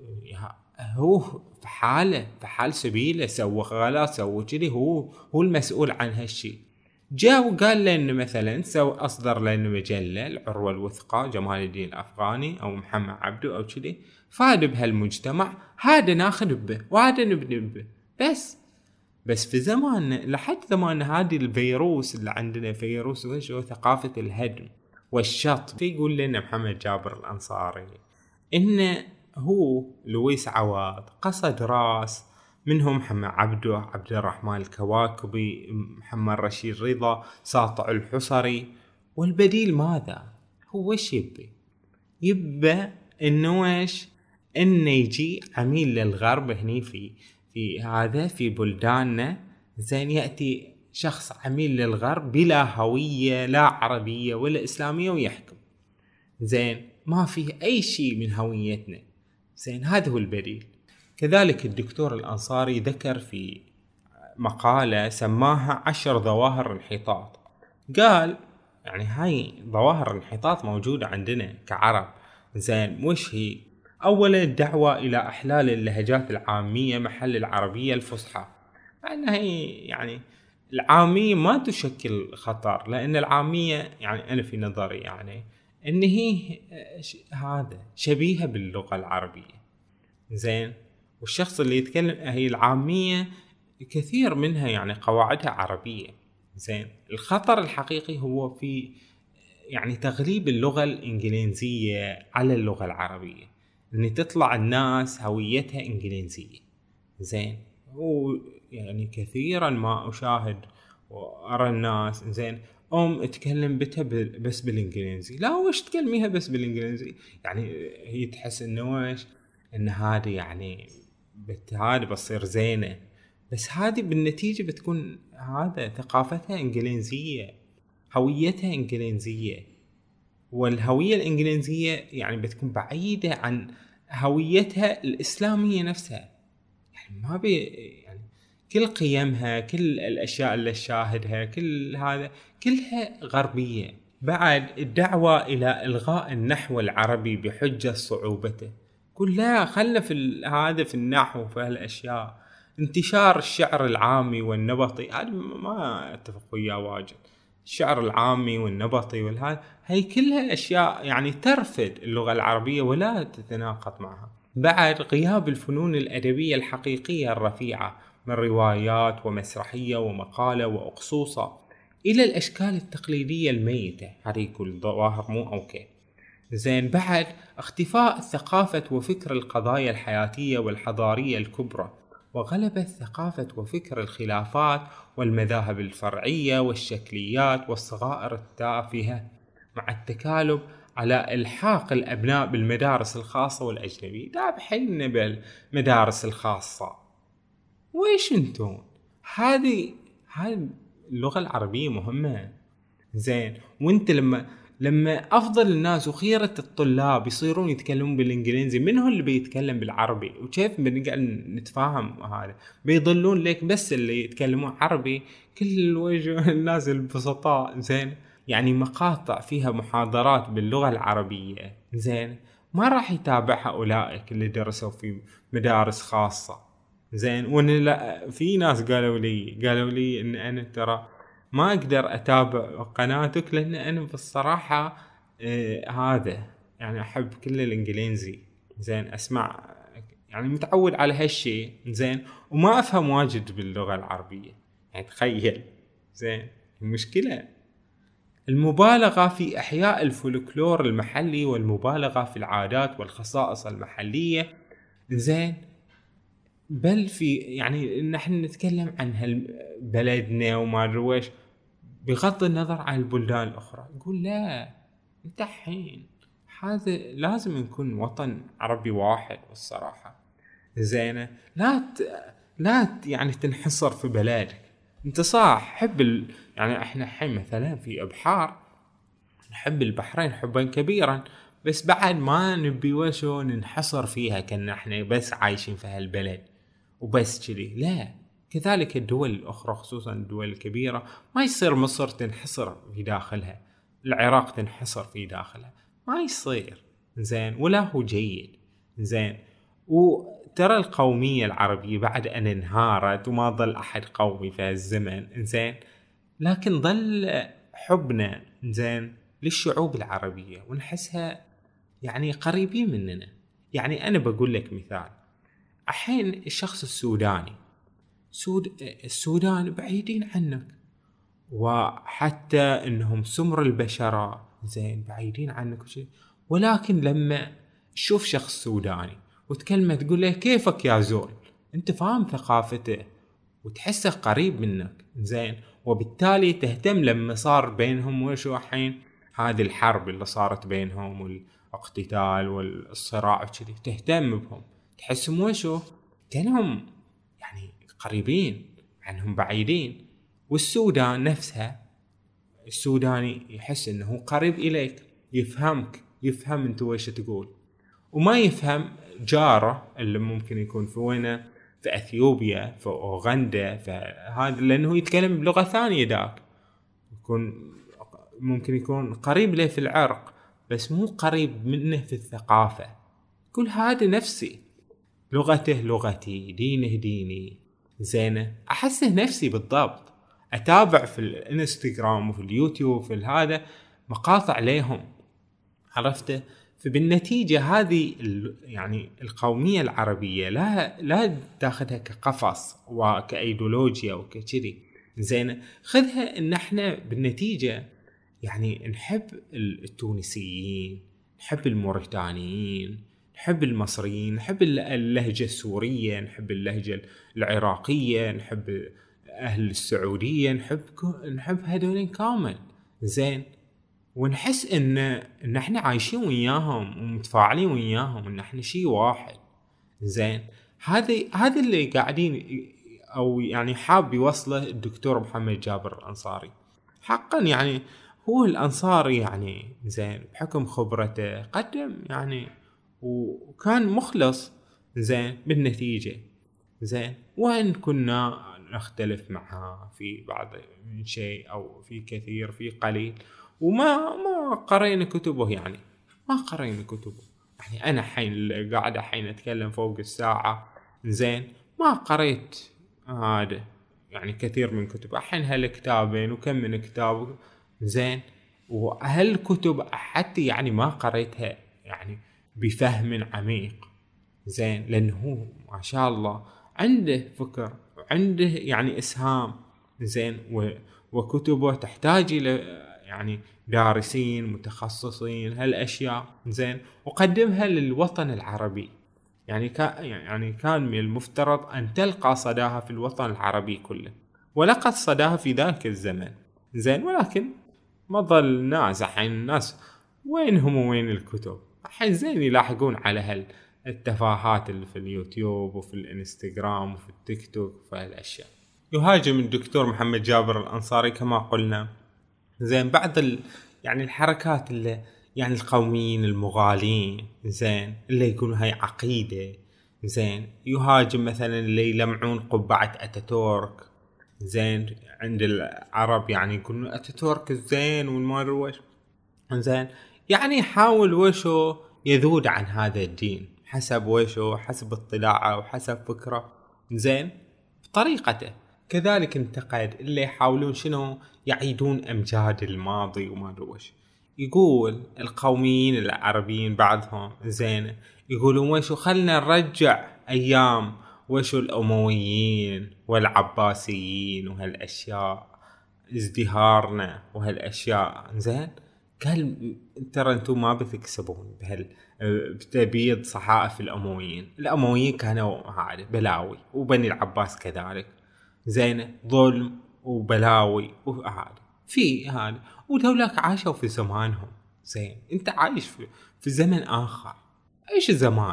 هو في حاله في حال سبيله سوى غلط سوى كذي، هو هو المسؤول عن هالشيء. جاء وقال لنا مثلا سو أصدر لنا مجلة العروة الوثقى جمال الدين الأفغاني أو محمد عبده أو كذي، فاد بهالمجتمع، هذا ناخذ به وهذا نبني به. بس بس في زماننا لحد زماننا هذه الفيروس اللي عندنا فيروس وش هو ثقافة الهدم والشط. في يقول لنا محمد جابر الأنصاري إنه هو لويس عواد قصد راس منهم محمد عبده، عبد الرحمن الكواكبي، محمد رشيد رضا، ساطع الحصري. والبديل ماذا؟ هو وش يبي؟ يبى إنه وش؟ إنه يجي عميل للغرب هني في في هذا في بلداننا، زين يأتي شخص عميل للغرب بلا هوية لا عربية ولا إسلامية ويحكم، زين ما فيه أي شيء من هويتنا، زين هذا هو البديل. كذلك الدكتور الأنصاري ذكر في مقالة سماها عشر ظواهر الانحطاط، قال يعني هاي ظواهر الانحطاط موجودة عندنا كعرب، زين وش هي؟ أولا الدعوة إلى إحلال اللهجات العامية محل العربية الفصحى، أنها هي يعني العامية ما تشكل خطر، لأن العامية يعني أنا في نظري يعني إن هي هذا شبيهة باللغة العربية، زين والشخص اللي يتكلم هي العامية كثير منها يعني قواعدها عربية، زين الخطر الحقيقي هو في يعني تغليب اللغة الإنجليزية على اللغة العربية، إن تطلع الناس هويتها إنجليزية، زين هو يعني كثيرا ما أشاهد وأرى الناس زين أم تكلم بتها بس بالإنجليزي، لا وش تكلميها بس بالإنجليزي؟ يعني هي تحس إنه وش إن هذه يعني بالتالي بتصير زينة، بس هذه بالنتيجة بتكون هذا ثقافتها إنجليزية، هويتها إنجليزية، والهوية الإنجليزية يعني بتكون بعيدة عن هويتها الإسلامية نفسها، يعني ما بي يعني كل قيمها كل الأشياء اللي شاهدها كل هذا كلها غربية. بعد الدعوة إلى إلغاء النحو العربي بحجة صعوبته، قل لا خلنا في هذا في النحو في هالأشياء. انتشار الشعر العامي والنبطي هذا ما اتفق وياه واجد، الشعر العامي والنبطي والهذا هي كلها أشياء يعني ترفض اللغة العربية ولا تتناقض معها. بعد غياب الفنون الأدبية الحقيقية الرفيعة من روايات ومسرحية ومقالة وأقصوصة إلى الأشكال التقليدية الميتة، هذه كل ظواهر مو أوكي، زين بعد اختفاء ثقافة وفكر القضايا الحياتية والحضارية الكبرى، وغلبت ثقافة وفكر الخلافات والمذاهب الفرعية والشكليات والصغائر التافهة، مع التكالب على إلحاق الأبناء بالمدارس الخاصة والأجنبية. لا بحلنا بالمدارس الخاصة، ويش انتون؟ هذه هذه اللغة العربية مهمة، زين وانت لما لما أفضل الناس وخيرة الطلاب يصيرون يتكلمون بالإنجليزي، من هو اللي بيتكلم بالعربي؟ وكيف بنقعد نتفاهم؟ هذا بيضلون لك بس اللي يتكلمون عربي كل وجه الناس البسطاء، زين يعني مقاطع فيها محاضرات باللغة العربية، زين ما راح يتابعها أولئك اللي درسوا في مدارس خاصة، زين وإن لا في ناس قالوا لي قالوا لي إن أنا ترى ما أقدر أتابع قناتك لأن أنا بالصراحة آه هذا يعني أحب كل الإنجليزي، زين أسمع يعني متعود على هالشيء، زين وما أفهم واجد باللغة العربية، يعني تخيل، زين المشكلة المبالغة في إحياء الفولكلور المحلي والمبالغة في العادات والخصائص المحلية، زين بل في يعني نحن نتكلم عن بلدنا وما نرويش بغض النظر عن البلدان الأخرى. يقول لا انت حين هذا لازم نكون وطن عربي واحد، والصراحة زينة لا ت... لا ت... يعني تنحصر في بلدك. انت صح حب ال... يعني احنا الحين مثلا في ابحار نحب البحرين حبا كبيرا، بس بعد ما نبي وشو ننحصر فيها كأن احنا بس عايشين في هالبلد وبس كذي. لا، كذلك الدول الأخرى خصوصا الدول الكبيرة ما يصير مصر تنحصر في داخلها، العراق تنحصر في داخلها، ما يصير. زين ولا هو جيد. زين وترى القومية العربية بعد أن انهارت وما ظل أحد قومي في الزمن زين، لكن ظل حبنا زين للشعوب العربية ونحسها يعني قريبين مننا. يعني أنا بقول لك مثال، الحين الشخص السوداني سود السودان بعيدين عنك، وحتى انهم سمر البشرة زين بعيدين عنك وشي، ولكن لما تشوف شخص سوداني وتكلمه تقول له كيفك يا زول، انت فاهم ثقافته وتحسه قريب منك زين، وبالتالي تهتم لما صار بينهم وشو الحين هذه الحرب اللي صارت بينهم والاقتتال والصراع وكذي، تهتم بهم تحسهم وشو كانهم يعني قريبين عنهم بعيدين. والسودان نفسها السوداني يحس انه قريب اليك، يفهمك، يفهم انت ويش تقول، وما يفهم جاره اللي ممكن يكون في وينه في اثيوبيا في اوغندا فهذا لانه يتكلم بلغه ثانيه، ذاك يكون ممكن يكون قريب له في العرق بس مو قريب منه في الثقافه. كل هذا نفسي، لغته لغتي، دينه ديني. زينه احسه نفسي بالضبط. اتابع في الانستغرام وفي اليوتيوب في هذا مقاطع لهم، عرفته؟ فبالنتيجة هذه يعني القومية العربية لا لا تاخذها كقفص وكأيديولوجيا وكذي. زين خذها ان احنا بالنتيجة يعني نحب التونسيين، نحب الموريتانيين، نحب المصريين، نحب اللهجة السورية، نحب اللهجة العراقية، نحب أهل السعودية، نحب نحب هذولين كامل. زين ونحس إن إن إحنا عايشين وياهم ومتفاعلين وياهم، إن إحنا شيء واحد. زين هذا هذا اللي قاعدين أو يعني حاب يوصله الدكتور محمد جابر الأنصاري. حقا يعني هو الأنصاري يعني زين بحكم خبرته قدم يعني وكان مخلص زين بالنتيجة. زين وإن كنا نختلف معها في بعض من شيء أو في كثير في قليل، وما ما قرينا كتبه، يعني ما قرينا كتبه. يعني أنا حين قاعد حين أتكلم فوق الساعة زين ما قريت هذا يعني كثير من كتب، الحين هالكتابين وكم من كتاب زين، وهالكتب حتى يعني ما قريتها يعني بفهم عميق. زين لأنه هو ما شاء الله عنده فكر وعنده يعني إسهام. زين وكتبه تحتاج إلى يعني دارسين متخصصين هالأشياء. زين وقدمها للوطن العربي، يعني كان يعني كان من المفترض أن تلقى صداها في الوطن العربي كله، ولقد صداها في ذاك الزمن. زين ولكن ما ظل الناس الحين الناس وينهم وين الكتب الحين زين يلاحقون على هال التفاهات اللي في اليوتيوب وفي الانستغرام وفي التيك توك وفي هالأشياء. يهاجم الدكتور محمد جابر الأنصاري كما قلنا زين بعض ال... يعني الحركات اللي يعني القوميين المغالين زين اللي يقولون هاي عقيدة. زين يهاجم مثلا اللي يلمعون قبعة أتاتورك. زين عند العرب يعني يقولون أتاتورك زين والما روش. زين يعني يحاول وشو يذود عن هذا الدين حسب وشو حسب اطلاعه وحسب فكره. زين بطريقته. كذلك انتقد اللي يحاولون شنو يعيدون أمجاد الماضي وما دوش. يقول القوميين العربيين بعضهم زين يقولون وشو خلنا نرجع أيام وشو الأمويين والعباسيين وهالأشياء ازدهارنا وهالأشياء. زين قال ترى انتم ما بتكسبون بهال بتبيض صحائف الأمويين. الأمويين كانوا هذا بلاوي وبني العباس كذلك. زين ظلم وبلاوي وهذا في هذا ودولك عاشوا في زمانهم. زين انت عايش في, في زمن آخر. ايش زمانك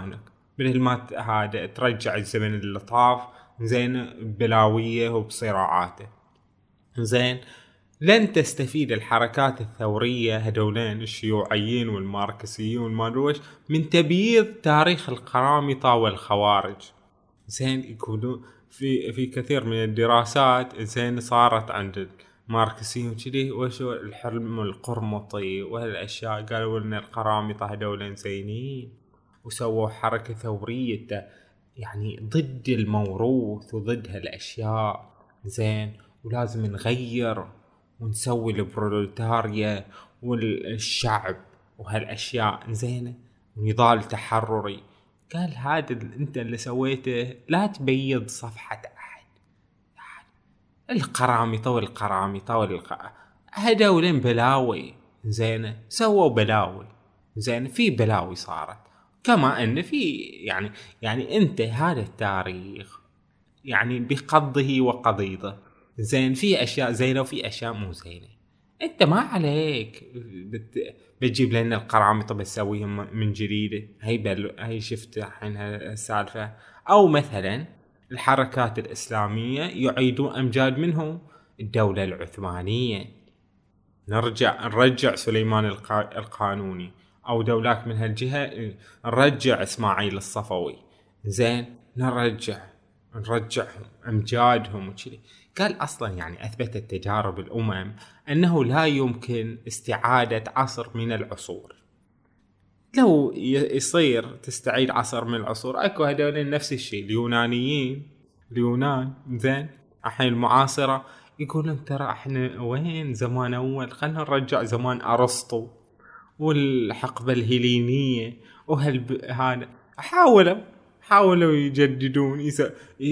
مثل ما ت- هذا ترجع الزمن اللي طاف زين بلاويه وبصراعاته. زين لن تستفيد الحركات الثورية هدولين الشيوعيين والماركسيين والمادروش من تبييض تاريخ القرامطة والخوارج. زين يكونوا في في كثير من الدراسات زين صارت عند الماركسيين وكذي وشو الحلم القرمطي وهالاشياء، قالوا ان القرامطة هدولين زينين وسووا حركة ثورية يعني ضد الموروث وضد هالاشياء. زين ولازم نغير ونسوي البروليتاريا والشعب وهالاشياء زينة ونضال تحرري. قال هذا انت اللي سويته لا تبيض صفحة احد، القرامطة والقرامطة والق... هدولين بلاوي زينة سووا بلاوي زين، في بلاوي صارت كما ان في يعني يعني انت هذا التاريخ يعني بقضه وقضيضه زين، في اشياء زينه وفي اشياء مو زينه. انت ما عليك بت... بتجيب لنا القرامطه بتسويهم من جديد. هي بل... هي شفت الحين السالفه. او مثلا الحركات الاسلاميه يعيدون امجاد منهم الدوله العثمانيه، نرجع نرجع سليمان الق... القانوني او دولات من هالجهه، نرجع اسماعيل الصفوي زين، نرجع نرجعهم امجادهم وكذي. قال اصلا يعني اثبتت تجارب الامم انه لا يمكن استعاده عصر من العصور. لو يصير تستعيد عصر من العصور اكو هذول نفس الشيء اليونانيين اليونان زين الحين المعاصره يقولون ترى احنا وين زمان اول، خلنا نرجع زمان ارسطو والحقبه الهيلينيه وهال هذا. حاولوا حاولوا يجددون يس...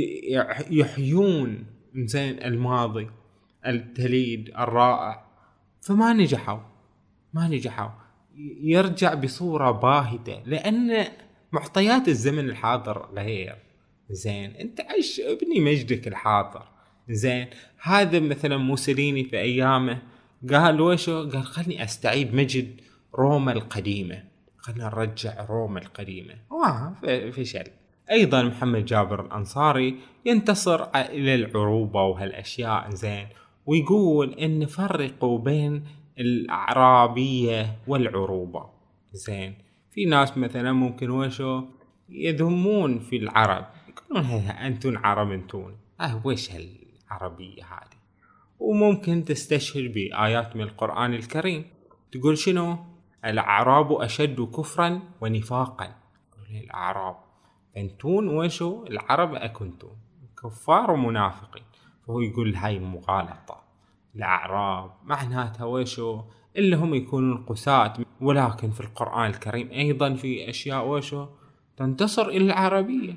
يحيون زين الماضي التليد الرائع، فما نجحوا ما نجحوا يرجع بصورة باهتة لأن معطيات الزمن الحاضر غير. زين انت عيش ابني مجدك الحاضر. زين هذا مثلا موسوليني في أيامه قال وشو، قال خلني أستعيد مجد روما القديمة، خلنا نرجع روما القديمة. واه فشل. أيضا محمد جابر الأنصاري ينتصر إلى العروبة وهالأشياء زين، ويقول إن فرقوا بين الأعرابية والعروبة. زين في ناس مثلا ممكن وشو يذمون في العرب يقولون هذا أنتون عرب أنتون أه وش هالعربية هذه، وممكن تستشهد بآيات من القرآن الكريم تقول شنو الأعراب أشد كفرا ونفاقا. الأعراب أنتون وشو العرب أكنتون كفار ومنافقين. فهو يقول هاي مغالطة، الأعراب معناتها وشو اللي هم يكونون قساة. ولكن في القرآن الكريم أيضا في أشياء وشو تنتصر إلى العربية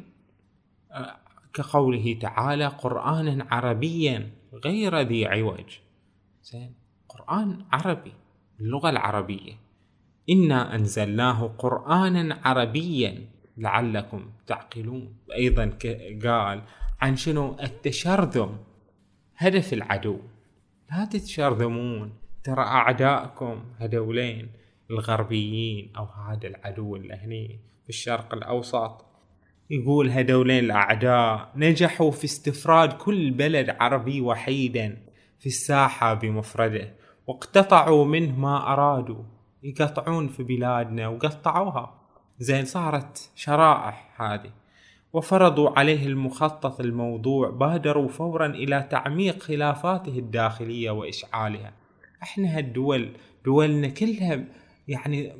كقوله تعالى قرآنا عربيا غير ذي عوج. زين قرآن عربي اللغة العربية، إنا أنزلناه قرآنا عربيا لعلكم تعقلون. أيضا قال عن شنو التشرذم هدف العدو، لا تتشرذمون ترى أعدائكم هدولين الغربيين أو هذا العدو اللي هني في الشرق الأوسط. يقول هدولين الأعداء نجحوا في استفراد كل بلد عربي وحيدا في الساحة بمفرده، واقتطعوا منه ما أرادوا. يقطعون في بلادنا وقطعوها زين صارت شرائح هذه، وفرضوا عليه المخطط الموضوع، بادروا فورا إلى تعميق خلافاته الداخلية وإشعالها. احنا هالدول دولنا كلها يعني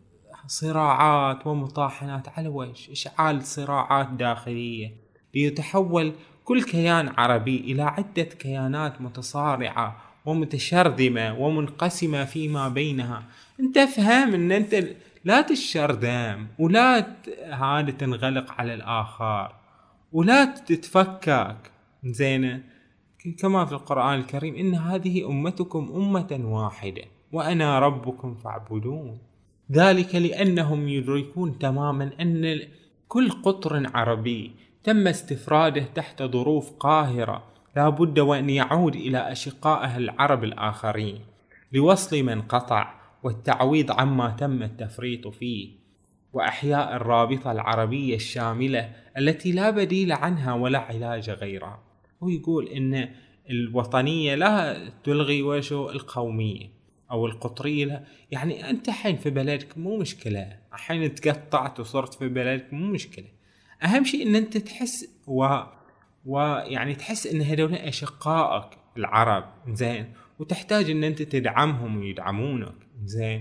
صراعات ومطاحنات على وجه إشعال صراعات داخلية ليتحول كل كيان عربي إلى عدة كيانات متصارعة ومتشرذمة ومنقسمة فيما بينها. انت فهم ان انت لا تشرذم ولا هذا تنغلق على الآخر ولا تتفكك. زين كما في القرآن الكريم إن هذه أمتكم أمة واحدة وأنا ربكم فاعبدون. ذلك لأنهم يدركون تماما أن كل قطر عربي تم استفراده تحت ظروف قاهرة لا بد وأن يعود إلى أشقائه العرب الآخرين لوصل من قطع والتعويض عما تم التفريط فيه. وأحياء الرابطة العربية الشاملة التي لا بديل عنها ولا علاج غيرها. هو يقول إن الوطنية لا تلغي وشو القومية أو القطرية لا. يعني أنت حين في بلدك مو مشكلة، حين تقطعت وصرت في بلدك مو مشكلة، أهم شيء إن أنت تحس و ويعني تحس إن هذول أشقائك العرب زين، وتحتاج إن أنت تدعمهم ويدعمونك زين.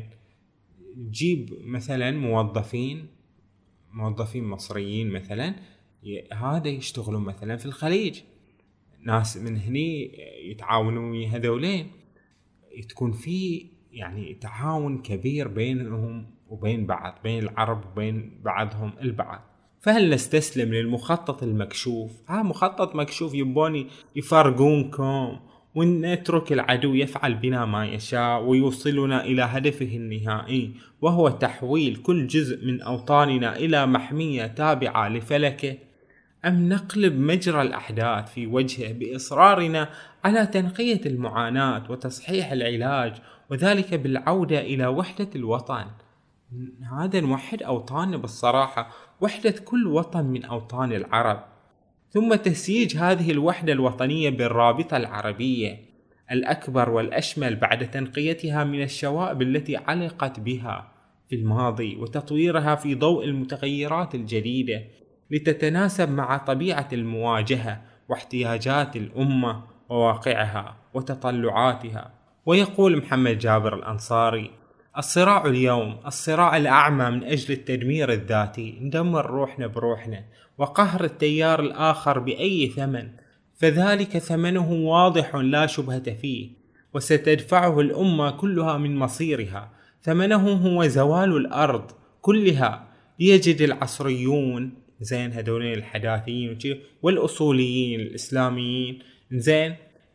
تجيب مثلا موظفين موظفين مصريين مثلا هذا يشتغلون مثلا في الخليج، ناس من هني يتعاونون ويا هذولين، تكون في يعني تعاون كبير بينهم وبين بعض، بين العرب وبين بعضهم البعض. فهل نستسلم للمخطط المكشوف؟ ها مخطط مكشوف يبوني يفرقونكم، ونترك العدو يفعل بنا ما يشاء ويوصلنا إلى هدفه النهائي، وهو تحويل كل جزء من أوطاننا إلى محمية تابعة لفلكه؟ أم نقلب مجرى الأحداث في وجهه بإصرارنا على تنقية المعاناة وتصحيح العلاج، وذلك بالعودة إلى وحدة الوطن؟ هذا نوحد أوطاننا بالصراحة، وحدة كل وطن من أوطان العرب، ثم تسييج هذه الوحدة الوطنية بالرابطة العربية الأكبر والأشمل بعد تنقيتها من الشوائب التي علقت بها في الماضي، وتطويرها في ضوء المتغيرات الجديدة لتتناسب مع طبيعة المواجهة واحتياجات الأمة وواقعها وتطلعاتها. ويقول محمد جابر الأنصاري: الصراع اليوم الصراع الأعمى من أجل التدمير الذاتي، ندمر روحنا بروحنا وقهر التيار الآخر بأي ثمن، فذلك ثمنه واضح لا شبهة فيه، وستدفعه الأمة كلها من مصيرها. ثمنه هو زوال الأرض كلها، ليجد العصريون زين هذولين الحداثيين والأصوليين الإسلاميين زين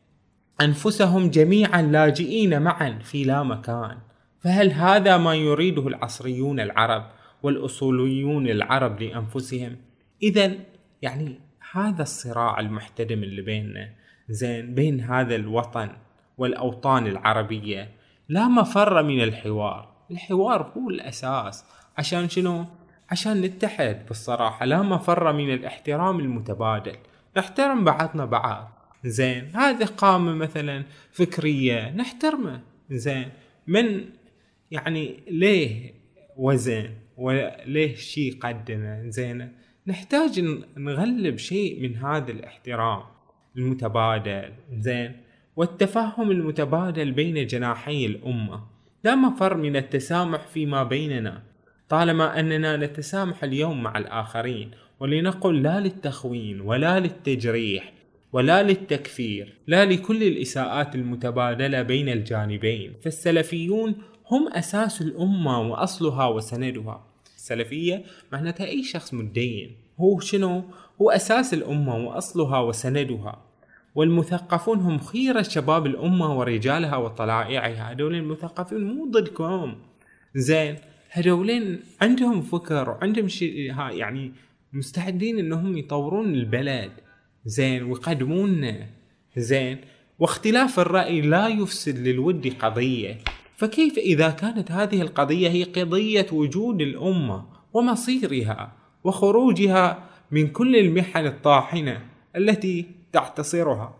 أنفسهم جميعا لاجئين معا في لا مكان. فهل هذا ما يريده العصريون العرب والأصوليون العرب لأنفسهم؟ إذن يعني هذا الصراع المحتدم اللي بيننا زين بين هذا الوطن والأوطان العربية لا مفر من الحوار. الحوار هو الأساس. عشان شنو؟ عشان نتحد بالصراحة. لا مفر من الاحترام المتبادل، نحترم بعضنا بعض زين. هذه قامة مثلا فكرية نحترمه زين، من يعني ليه وزن وليه شيء قدنا زين، نحتاج نغلب شيء من هذا الاحترام المتبادل زين والتفاهم المتبادل بين جناحي الأمة. لا مفر من التسامح فيما بيننا طالما أننا نتسامح اليوم مع الآخرين، ولنقل لا للتخوين ولا للتجريح ولا للتكفير، لا لكل الإساءات المتبادلة بين الجانبين. فالسلفيون هم أساس الأمة وأصلها وسندها. السلفية معناتها أي شخص متدين، هو شنو؟ هو أساس الأمة وأصلها وسندها. والمثقفون هم خيرة شباب الأمة ورجالها وطلائعها. هذول المثقفين مو ضدكم زين، هذولين عندهم فكر وعندهم شيء يعني مستعدين انهم يطورون البلد زين ويقدمون زين. واختلاف الرأي لا يفسد للود قضية، فكيف إذا كانت هذه القضية هي قضية وجود الأمة ومصيرها وخروجها من كل المحن الطاحنة التي تعتصرها؟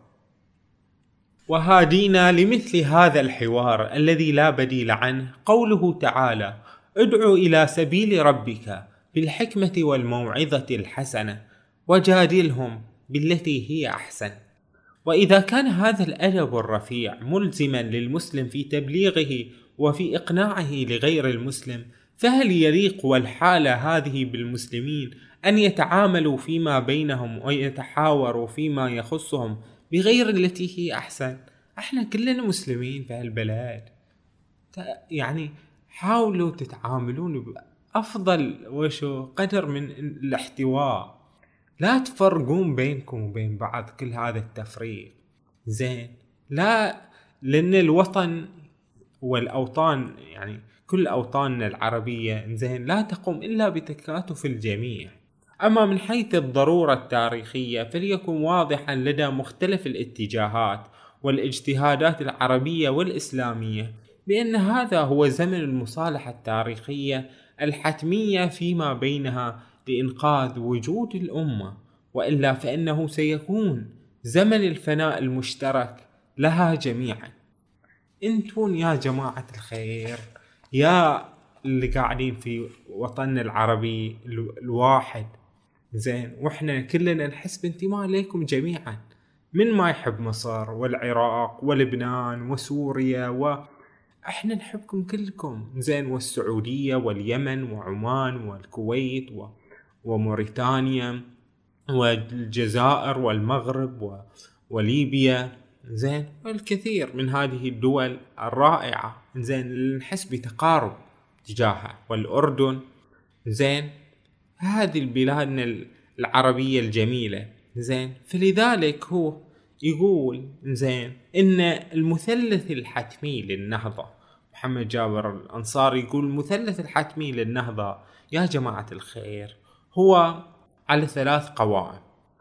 وهادينا لمثل هذا الحوار الذي لا بديل عنه قوله تعالى: ادعو إلى سبيل ربك بالحكمة والموعظة الحسنة وجادلهم بالتي هي أحسن. وإذا كان هذا الأدب الرفيع ملزما للمسلم في تبليغه وفي إقناعه لغير المسلم، فهل يليق والحالة هذه بالمسلمين أن يتعاملوا فيما بينهم ويتحاوروا فيما يخصهم بغير التي هي أحسن؟ احنا كلنا مسلمين في هالبلد، يعني حاولوا تتعاملون بأفضل وشو قدر من الاحتواء، لا تفرقون بينكم وبين بعض كل هذا التفريق زين. لا، لأن الوطن والأوطان يعني كل أوطاننا العربية زين لا تقوم إلا بتكاتف الجميع. أما من حيث الضرورة التاريخية فليكن واضحا لدى مختلف الاتجاهات والاجتهادات العربية والإسلامية بأن هذا هو زمن المصالحة التاريخية الحتمية فيما بينها لإنقاذ وجود الأمة، وإلا فإنه سيكون زمن الفناء المشترك لها جميعا. انتون يا جماعة الخير، يا اللي قاعدين في وطننا العربي الواحد، زين، واحنا كلنا نحس بانتماء لكم جميعا، من ما يحب مصر والعراق ولبنان وسوريا، واحنا نحبكم كلكم، زين، والسعودية واليمن وعمان والكويت و... وموريتانيا والجزائر والمغرب و... وليبيا، زين، والكثير من هذه الدول الرائعة، زين، اللي نحس بتقارب تجاهها، والأردن، زين، هذه البلاد العربية الجميلة، زين. فلذلك هو يقول، زين، إن المثلث الحتمي للنهضة، محمد جابر الأنصاري يقول المثلث الحتمي للنهضة يا جماعة الخير هو على ثلاث قوائم.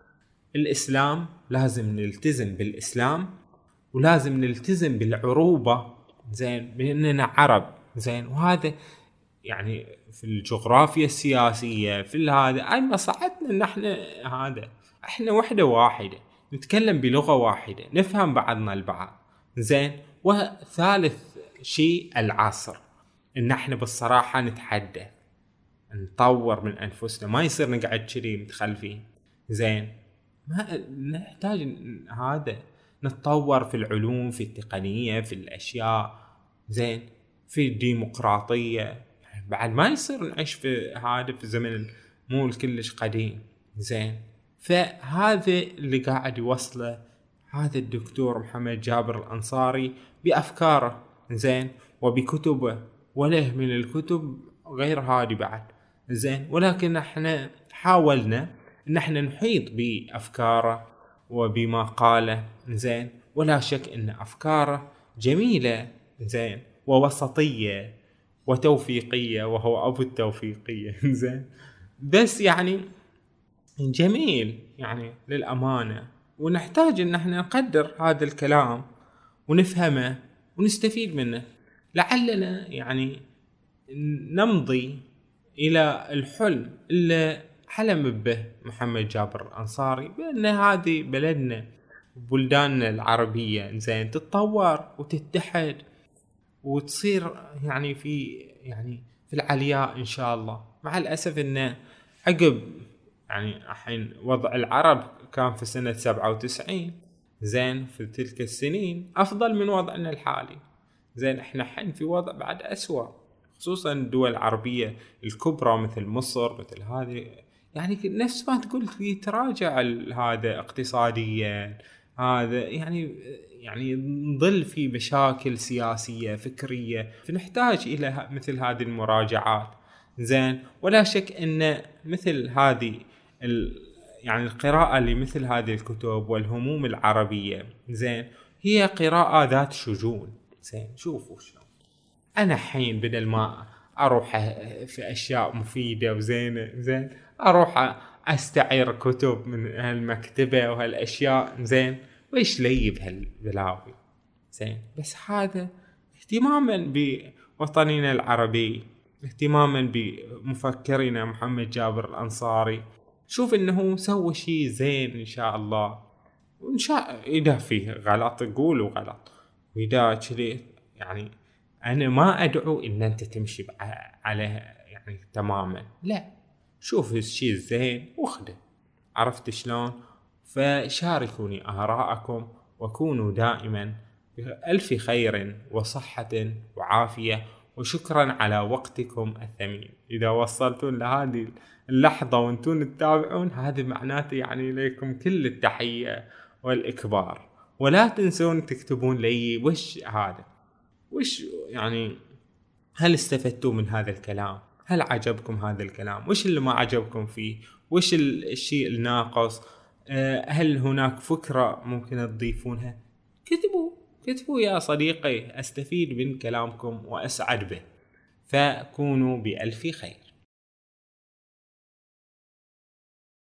الإسلام، لازم نلتزم بالإسلام، ولازم نلتزم بالعروبة، زين، بأننا عرب، زين، وهذا يعني في الجغرافيا السياسية في هذا أي مصعدنا إن إحنا هذا إحنا وحدة واحدة، نتكلم بلغة واحدة، نفهم بعضنا البعض، زين. وثالث شيء العصر، إن إحنا بالصراحة نتحدث، نطور من أنفسنا، ما يصير نقعد كذي متخلفين، زين. ما نحتاج هذا نتطور في العلوم، في التقنية، في الأشياء، زين، في الديمقراطية. بعد ما يصير نعيش في هذا في زمن مو كلش قديم، زين. فهذا اللي قاعد يوصله هذا الدكتور محمد جابر الأنصاري بأفكاره، زين، وبكتبه، وله من الكتب غير هذه بعد، زين. ولكن احنا حاولنا ان احنا نحيط بأفكاره وبما قاله، زين. ولا شك ان أفكاره جميلة، زين، ووسطية وتوفيقية، وهو أبو التوفيقية، زين. بس يعني جميل يعني للأمانة، ونحتاج ان احنا نقدر هذا الكلام ونفهمه ونستفيد منه، لعلنا يعني نمضي إلى الحلم اللي حلم به محمد جابر الأنصاري، بأن هذه بلدنا وبلداننا العربية، زين، تتطور وتتحد وتصير يعني في يعني في العلياء إن شاء الله. مع الأسف إن عقب يعني الحين وضع العرب كان في سنة سبعة وتسعين، زين، في تلك السنين أفضل من وضعنا الحالي، زين. إحنا الحين في وضع بعد أسوأ، خصوصا الدول العربية الكبرى مثل مصر، مثل هذه، يعني نفس ما تقول يتراجع هذا اقتصاديا، هذا يعني يعني نظل في مشاكل سياسية فكرية، فنحتاج إلى مثل هذه المراجعات، زين. ولا شك أن مثل هذه يعني القراءة لمثل هذه الكتب والهموم العربية، زين، هي قراءة ذات شجون، زين. شوفوا شلون أنا حين بدل ما أروح في أشياء مفيدة وزينة، زين، أروح أستعير كتب من هالمكتبة وهالأشياء، زين، وإيش لي بهالبلاوي، زين. بس هذا اهتماما بوطننا العربي، اهتماما بمفكرنا محمد جابر الأنصاري، شوف إنه سوى شيء زين إن شاء الله. وإن شاء إذا فيه غلط قولوا غلط، وإذا كذي يعني أنا ما أدعو إن أنت تمشي عليه يعني تماما، لا، شوف الشيء الزين وخده، عرفت شلون؟ فشاركوني آراءكم، وكونوا دائما بألف خير وصحة وعافية، وشكرا على وقتكم الثمين. إذا وصلتون لهذه اللحظة وانتون تتابعون، هذا معناته يعني لكم كل التحية والإكبار. ولا تنسون تكتبون لي وش هذا، وش يعني هل استفدتوا من هذا الكلام، هل عجبكم هذا الكلام، وش اللي ما عجبكم فيه، وش الشيء الناقص، هل هناك فكرة ممكن تضيفونها. كتبوا كتبوا يا صديقي، أستفيد من كلامكم وأسعد به. فكونوا بألف خير.